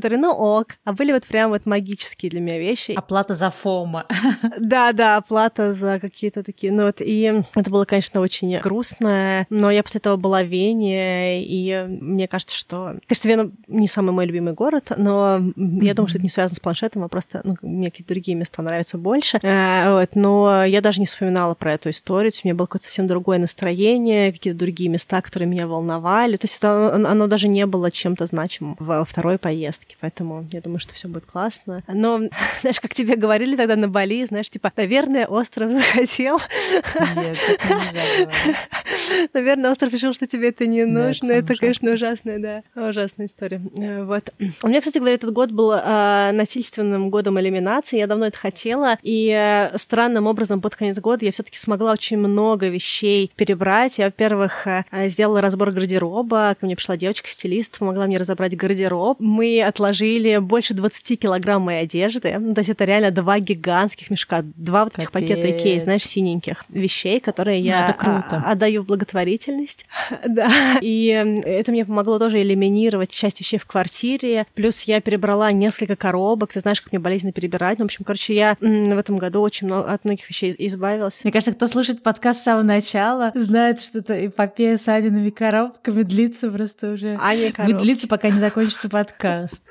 которые, ну ок, а были вот прям вот магические для меня вещи. Оплата за фома. Да-да, оплата за какие-то такие, ну вот, и это было, конечно, очень грустно, но я после этого была в Вене, и мне кажется, что... Конечно, Вена не самый мой любимый город, но mm-hmm. я думаю, что это не связано с планшетом, а просто ну, мне какие-то другие места нравятся больше. А, вот, но я даже не вспоминала про эту историю, то есть у меня было какое-то совсем другое настроение, какие-то другие места, которые меня волновали, то есть это, оно даже не было чем-то значимым во второй поездке, поэтому я думаю, что все будет классно. Но, знаешь, как тебе говорили тогда на Бали, знаешь, типа, наверное, остров захотел. Нет, это нельзя говорить. Наверное, остров решил, что тебе это не нужно. Да, это, это конечно, ужасная, да, ужасная история. Вот. У меня, кстати говоря, этот год был э, насильственным годом элиминации. Я давно это хотела, и э, странным образом под конец года я все-таки смогла очень много вещей перебрать. Я, во-первых, э, сделала разбор гардероба. Ко мне пришла девочка-стилист, помогла мне разобрать гардероб. Мы отложили больше двадцать килограмм моей одежды. Ну, то есть это реально два гигантских мешка, два вот этих пакета Икеи, знаешь, синеньких вещей, которые я ну, это круто. Отдаю в благотворительность. Да. И это мне помогло тоже элиминировать часть вещей в квартире. Плюс я перебрала несколько коробок. Ты знаешь, как мне болезненно перебирать. Ну, в общем, короче, я в этом году очень много, от многих вещей избавилась. Мне кажется, кто слушает подкаст с самого начала, знает, что это эпопея с Аниными коробками длится просто уже... Аня будет длиться, пока не закончится подкаст.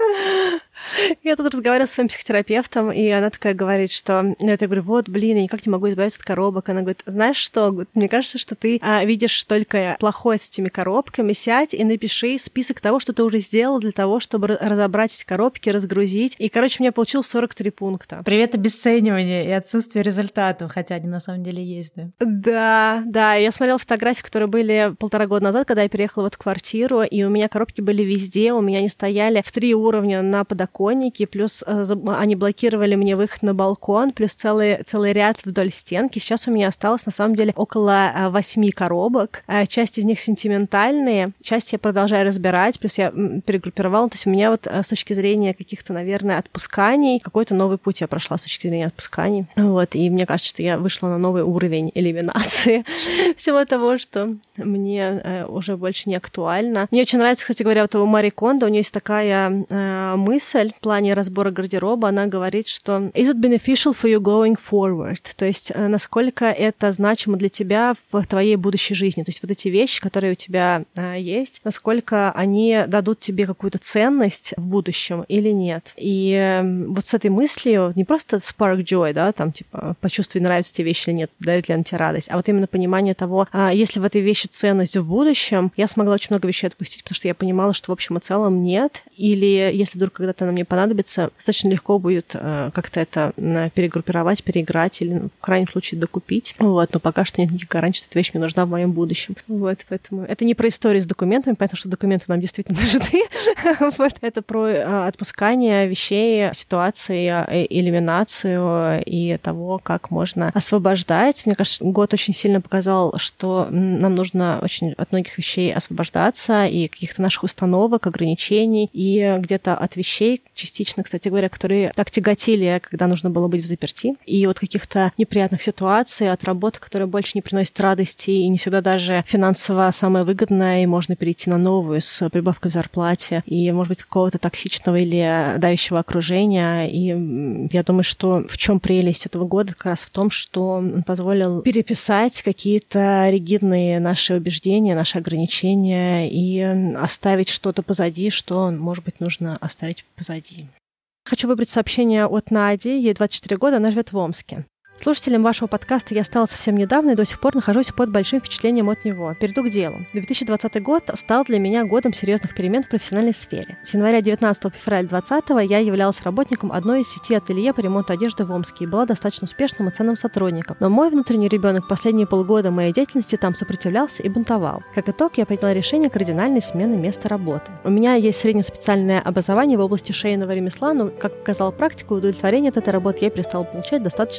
Я тут разговаривала с своим психотерапевтом, и она такая говорит, что... Я говорю, вот, блин, я никак не могу избавиться от коробок. Она говорит, знаешь что, мне кажется, что ты а, видишь только плохое с этими коробками. Сядь и напиши список того, что ты уже сделал для того, чтобы разобрать эти коробки, разгрузить. И, короче, у меня получилось сорок три пункта. Привет обесценивание и отсутствие результатов, хотя они на самом деле есть, да? Да, да. Я смотрела фотографии, которые были полтора года назад, когда я переехала в эту квартиру, и у меня коробки были везде, у меня они стояли в три уровня на подоконнике, плюс э, они блокировали мне выход на балкон, плюс целый, целый ряд вдоль стенки. Сейчас у меня осталось, на самом деле, около э, восьми коробок. Э, часть из них сентиментальные, часть я продолжаю разбирать, плюс я м, перегруппировала. То есть у меня вот э, с точки зрения каких-то, наверное, отпусканий, какой-то новый путь я прошла с точки зрения отпусканий. Вот, и мне кажется, что я вышла на новый уровень элиминации всего того, что мне э, уже больше не актуально. Мне очень нравится, кстати говоря, вот у Мари Кондо, у нее есть такая э, мысль в плане разбора гардероба. Она говорит, что is it beneficial for you going forward? То есть э, насколько это значимо для тебя в твоей будущей жизни. То есть вот эти вещи, которые у тебя э, есть, насколько они дадут тебе какую-то ценность в будущем или нет. И э, вот с этой мыслью не просто spark joy, да, там типа почувствуй, нравятся тебе вещи или нет, дает ли она тебе радость, а вот именно понимание того, а если в этой вещи ценность в будущем, я смогла очень много вещей отпустить, потому что я понимала, что в общем и целом нет, или если вдруг когда-то она мне понадобится, достаточно легко будет э, как-то это э, перегруппировать, переиграть или, ну, в крайнем случае, докупить. Вот, но пока что нет никаких гарантий, что эта вещь мне нужна в моем будущем. Вот, поэтому это не про историю с документами, понятно, что документы нам действительно нужны. Вот, это про э, отпускание вещей, ситуации, э, элиминацию и того, как можно освобождать. Мне кажется, год очень сильно показал, что нам нужно очень от многих вещей освобождаться и каких-то наших установок, ограничений, и где-то от вещей, частично, кстати говоря, которые так тяготили, когда нужно было быть взаперти, и от каких-то неприятных ситуаций, от работы, которая больше не приносит радости и не всегда даже финансово самая выгодная, и можно перейти на новую с прибавкой в зарплате, и, может быть, какого-то токсичного или давящего окружения. И я думаю, что в чем прелесть этого года как раз в том, что он позволил переписать какие-то ригидные наши убеждения, наши ограничения и оставить что-то позади, что, может быть, нужно оставить позади. Хочу выбрать сообщение от Нади. Ей двадцать четыре года, она живет в Омске. Слушателем вашего подкаста я стала совсем недавно и до сих пор нахожусь под большим впечатлением от него. Перейду к делу. две тысячи двадцатый год стал для меня годом серьезных перемен в профессиональной сфере. С января девятнадцатого по февраль двадцатого я являлась работником одной из сети ателье по ремонту одежды в Омске и была достаточно успешным и ценным сотрудником. Но мой внутренний ребенок последние полгода моей деятельности там сопротивлялся и бунтовал. Как итог, я приняла решение кардинальной смены места работы. У меня есть среднеспециальное образование в области шейного ремесла, но, как показала практика, удовлетворение от этой работы я перестала получать достаточно быстро.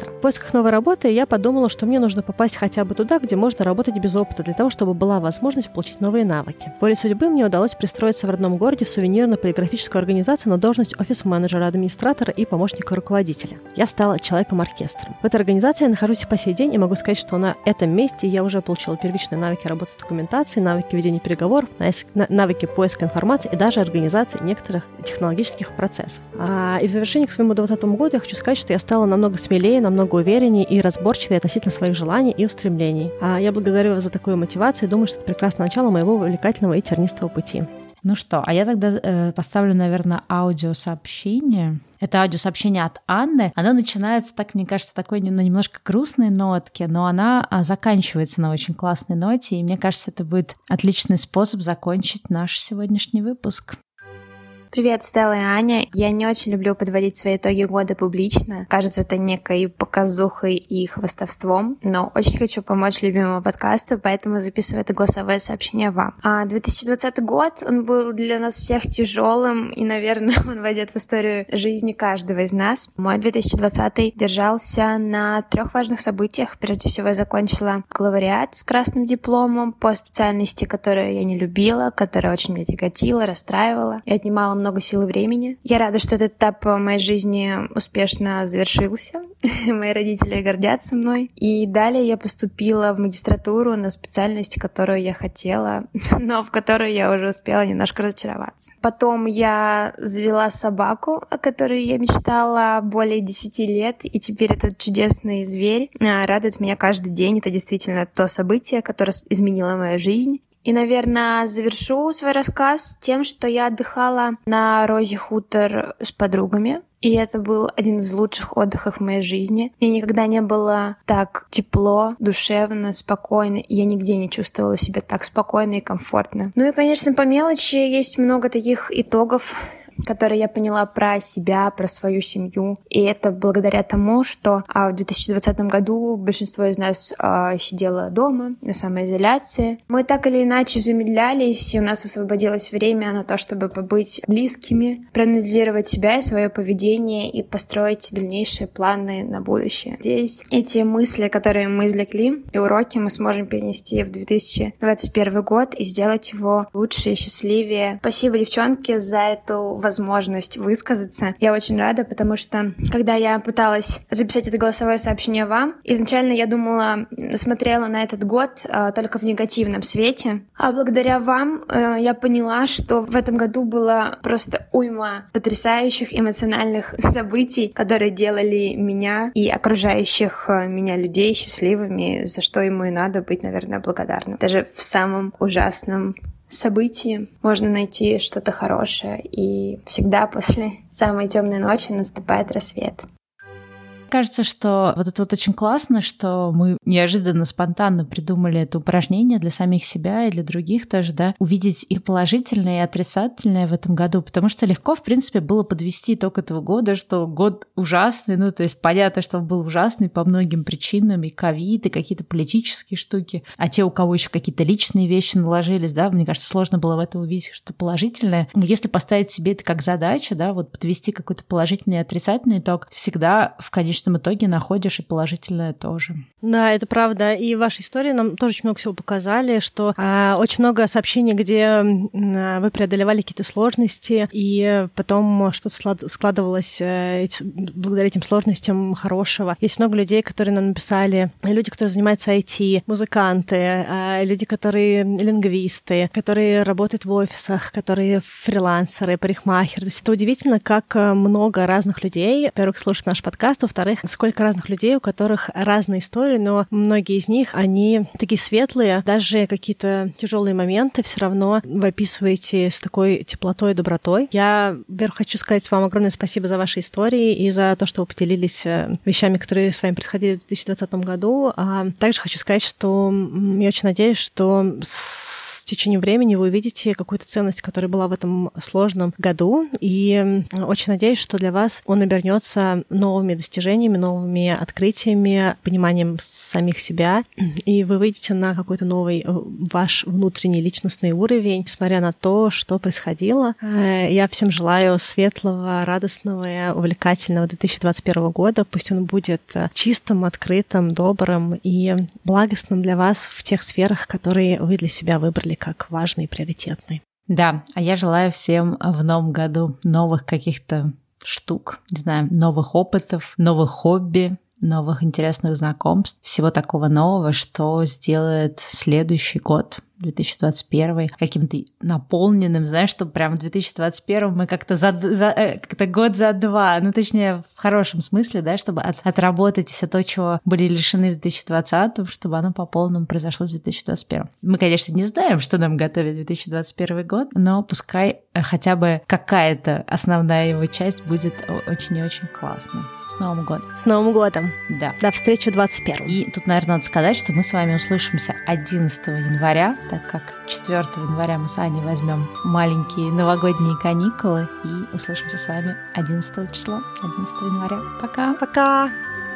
оркестра. В поисках новой работы я подумала, что мне нужно попасть хотя бы туда, где можно работать без опыта, для того, чтобы была возможность получить новые навыки. Волей судьбы мне удалось пристроиться в родном городе в сувенирно-полиграфическую организацию на должность офис-менеджера, администратора и помощника руководителя. Я стала человеком-оркестром. В этой организации я нахожусь по сей день и могу сказать, что на этом месте я уже получила первичные навыки работы с документацией, навыки ведения переговоров, навыки поиска информации и даже организации некоторых технологических процессов. А, и в завершении к своему двадцатому году я хочу сказать, что я стала намного смелее, намного увереннее и разборчивее относительно своих желаний и устремлений. А я благодарю вас за такую мотивацию и думаю, что это прекрасное начало моего увлекательного и тернистого пути. Ну что, а я тогда э, поставлю, наверное, аудиосообщение. Это аудиосообщение от Анны. Оно начинается, так мне кажется, такой на немножко грустной нотке, но она а, заканчивается на очень классной ноте, и мне кажется, это будет отличный способ закончить наш сегодняшний выпуск. Привет, Стелла и Аня. Я не очень люблю подводить свои итоги года публично. Кажется, это некой показухой и хвастовством, но очень хочу помочь любимому подкасту, поэтому записываю это голосовое сообщение вам. А две тысячи двадцатый год, он был для нас всех тяжелым, и, наверное, он войдет в историю жизни каждого из нас. Мой две тысячи двадцатый держался на трех важных событиях. Прежде всего, я закончила бакалавриат с красным дипломом по специальности, которую я не любила, которая очень меня тяготила, расстраивала и отнимала много сил и времени. Я рада, что этот этап моей жизни успешно завершился. Мои родители гордятся мной. И далее я поступила в магистратуру на специальность, которую я хотела, но в которую я уже успела немножко разочароваться. Потом я завела собаку, о которой я мечтала более десяти лет, и теперь этот чудесный зверь радует меня каждый день. Это действительно то событие, которое изменило мою жизнь. И, наверное, завершу свой рассказ тем, что я отдыхала на Розе Хутор с подругами. И это был один из лучших отдыхов в моей жизни. Мне никогда не было так тепло, душевно, спокойно. И я нигде не чувствовала себя так спокойно и комфортно. Ну и, конечно, по мелочи есть много таких итогов, которые я поняла про себя, про свою семью. И это благодаря тому, что а, в две тысячи двадцатом году большинство из нас а, сидело дома на самоизоляции. Мы так или иначе замедлялись, и у нас освободилось время на то, чтобы побыть близкими, проанализировать себя и свое поведение и построить дальнейшие планы на будущее. Здесь эти мысли, которые мы извлекли, и уроки мы сможем перенести в две тысячи двадцать первый год и сделать его лучше и счастливее. Спасибо, девчонки, за эту возможность высказаться. Я очень рада, потому что, когда я пыталась записать это голосовое сообщение вам, изначально я думала, смотрела на этот год а, только в негативном свете. А благодаря вам а, я поняла, что в этом году было просто уйма потрясающих эмоциональных событий, которые делали меня и окружающих меня людей счастливыми, за что ему и надо быть, наверное, благодарным. Даже в самом ужасном событии можно найти что-то хорошее, и всегда после самой темной ночи наступает рассвет. Кажется, что вот это вот очень классно, что мы неожиданно, спонтанно придумали это упражнение для самих себя и для других тоже, да, увидеть и положительное, и отрицательное в этом году, потому что легко, в принципе, было подвести итог этого года, что год ужасный, ну, то есть понятно, что он был ужасный по многим причинам, и ковид, и какие-то политические штуки, а те, у кого еще какие-то личные вещи наложились, да, мне кажется, сложно было в этом увидеть что-то положительное. Но если поставить себе это как задачу, да, вот подвести какой-то положительный и отрицательный итог, всегда в конечном В итоге находишь и положительное тоже. Да, это правда. И ваши истории нам тоже очень много всего показали, что а, очень много сообщений, где а, вы преодолевали какие-то сложности, и потом что-то складывалось а, эти, благодаря этим сложностям хорошего. Есть много людей, которые нам написали, люди, которые занимаются ай ти, музыканты, а, люди, которые лингвисты, которые работают в офисах, которые фрилансеры, парикмахеры. То есть это удивительно, как много разных людей, во-первых, слушают наш подкаст, во-вторых, сколько разных людей, у которых разные истории, но многие из них, они такие светлые, даже какие-то тяжелые моменты все равно вы описываете с такой теплотой и добротой. Я, во-первых, хочу сказать вам огромное спасибо за ваши истории и за то, что вы поделились вещами, которые с вами происходили в две тысячи двадцатом году. А также хочу сказать, что я очень надеюсь, что с течение времени вы увидите какую-то ценность, которая была в этом сложном году, и очень надеюсь, что для вас он обернется новыми достижениями, новыми открытиями, пониманием самих себя, и вы выйдете на какой-то новый ваш внутренний личностный уровень, несмотря на то, что происходило. Я всем желаю светлого, радостного, увлекательного две тысячи двадцать первого года. Пусть он будет чистым, открытым, добрым и благостным для вас в тех сферах, которые вы для себя выбрали как важные и приоритетные. Да, а я желаю всем в новом году новых каких-то штук, не знаю, новых опытов, новых хобби, новых интересных знакомств, всего такого нового, что сделает следующий год, две тысячи двадцать первый, каким-то наполненным, знаешь, чтобы прям в две тысячи двадцать первом мы как-то, за, за, э, как-то год за два, ну, точнее, в хорошем смысле, да, чтобы от, отработать все то, чего были лишены в две тысячи двадцатом, чтобы оно по полному произошло в две тысячи двадцать первом. Мы, конечно, не знаем, что нам готовит две тысячи двадцать первый год, но пускай хотя бы какая-то основная его часть будет очень и очень классной. С Новым годом! С Новым годом! Да. До встречи в двадцать первом. И тут, наверное, надо сказать, что мы с вами услышимся одиннадцатого января, так как четвёртого января мы с Аней возьмем маленькие новогодние каникулы и услышимся с вами одиннадцатого числа, одиннадцатого января. Пока! Пока!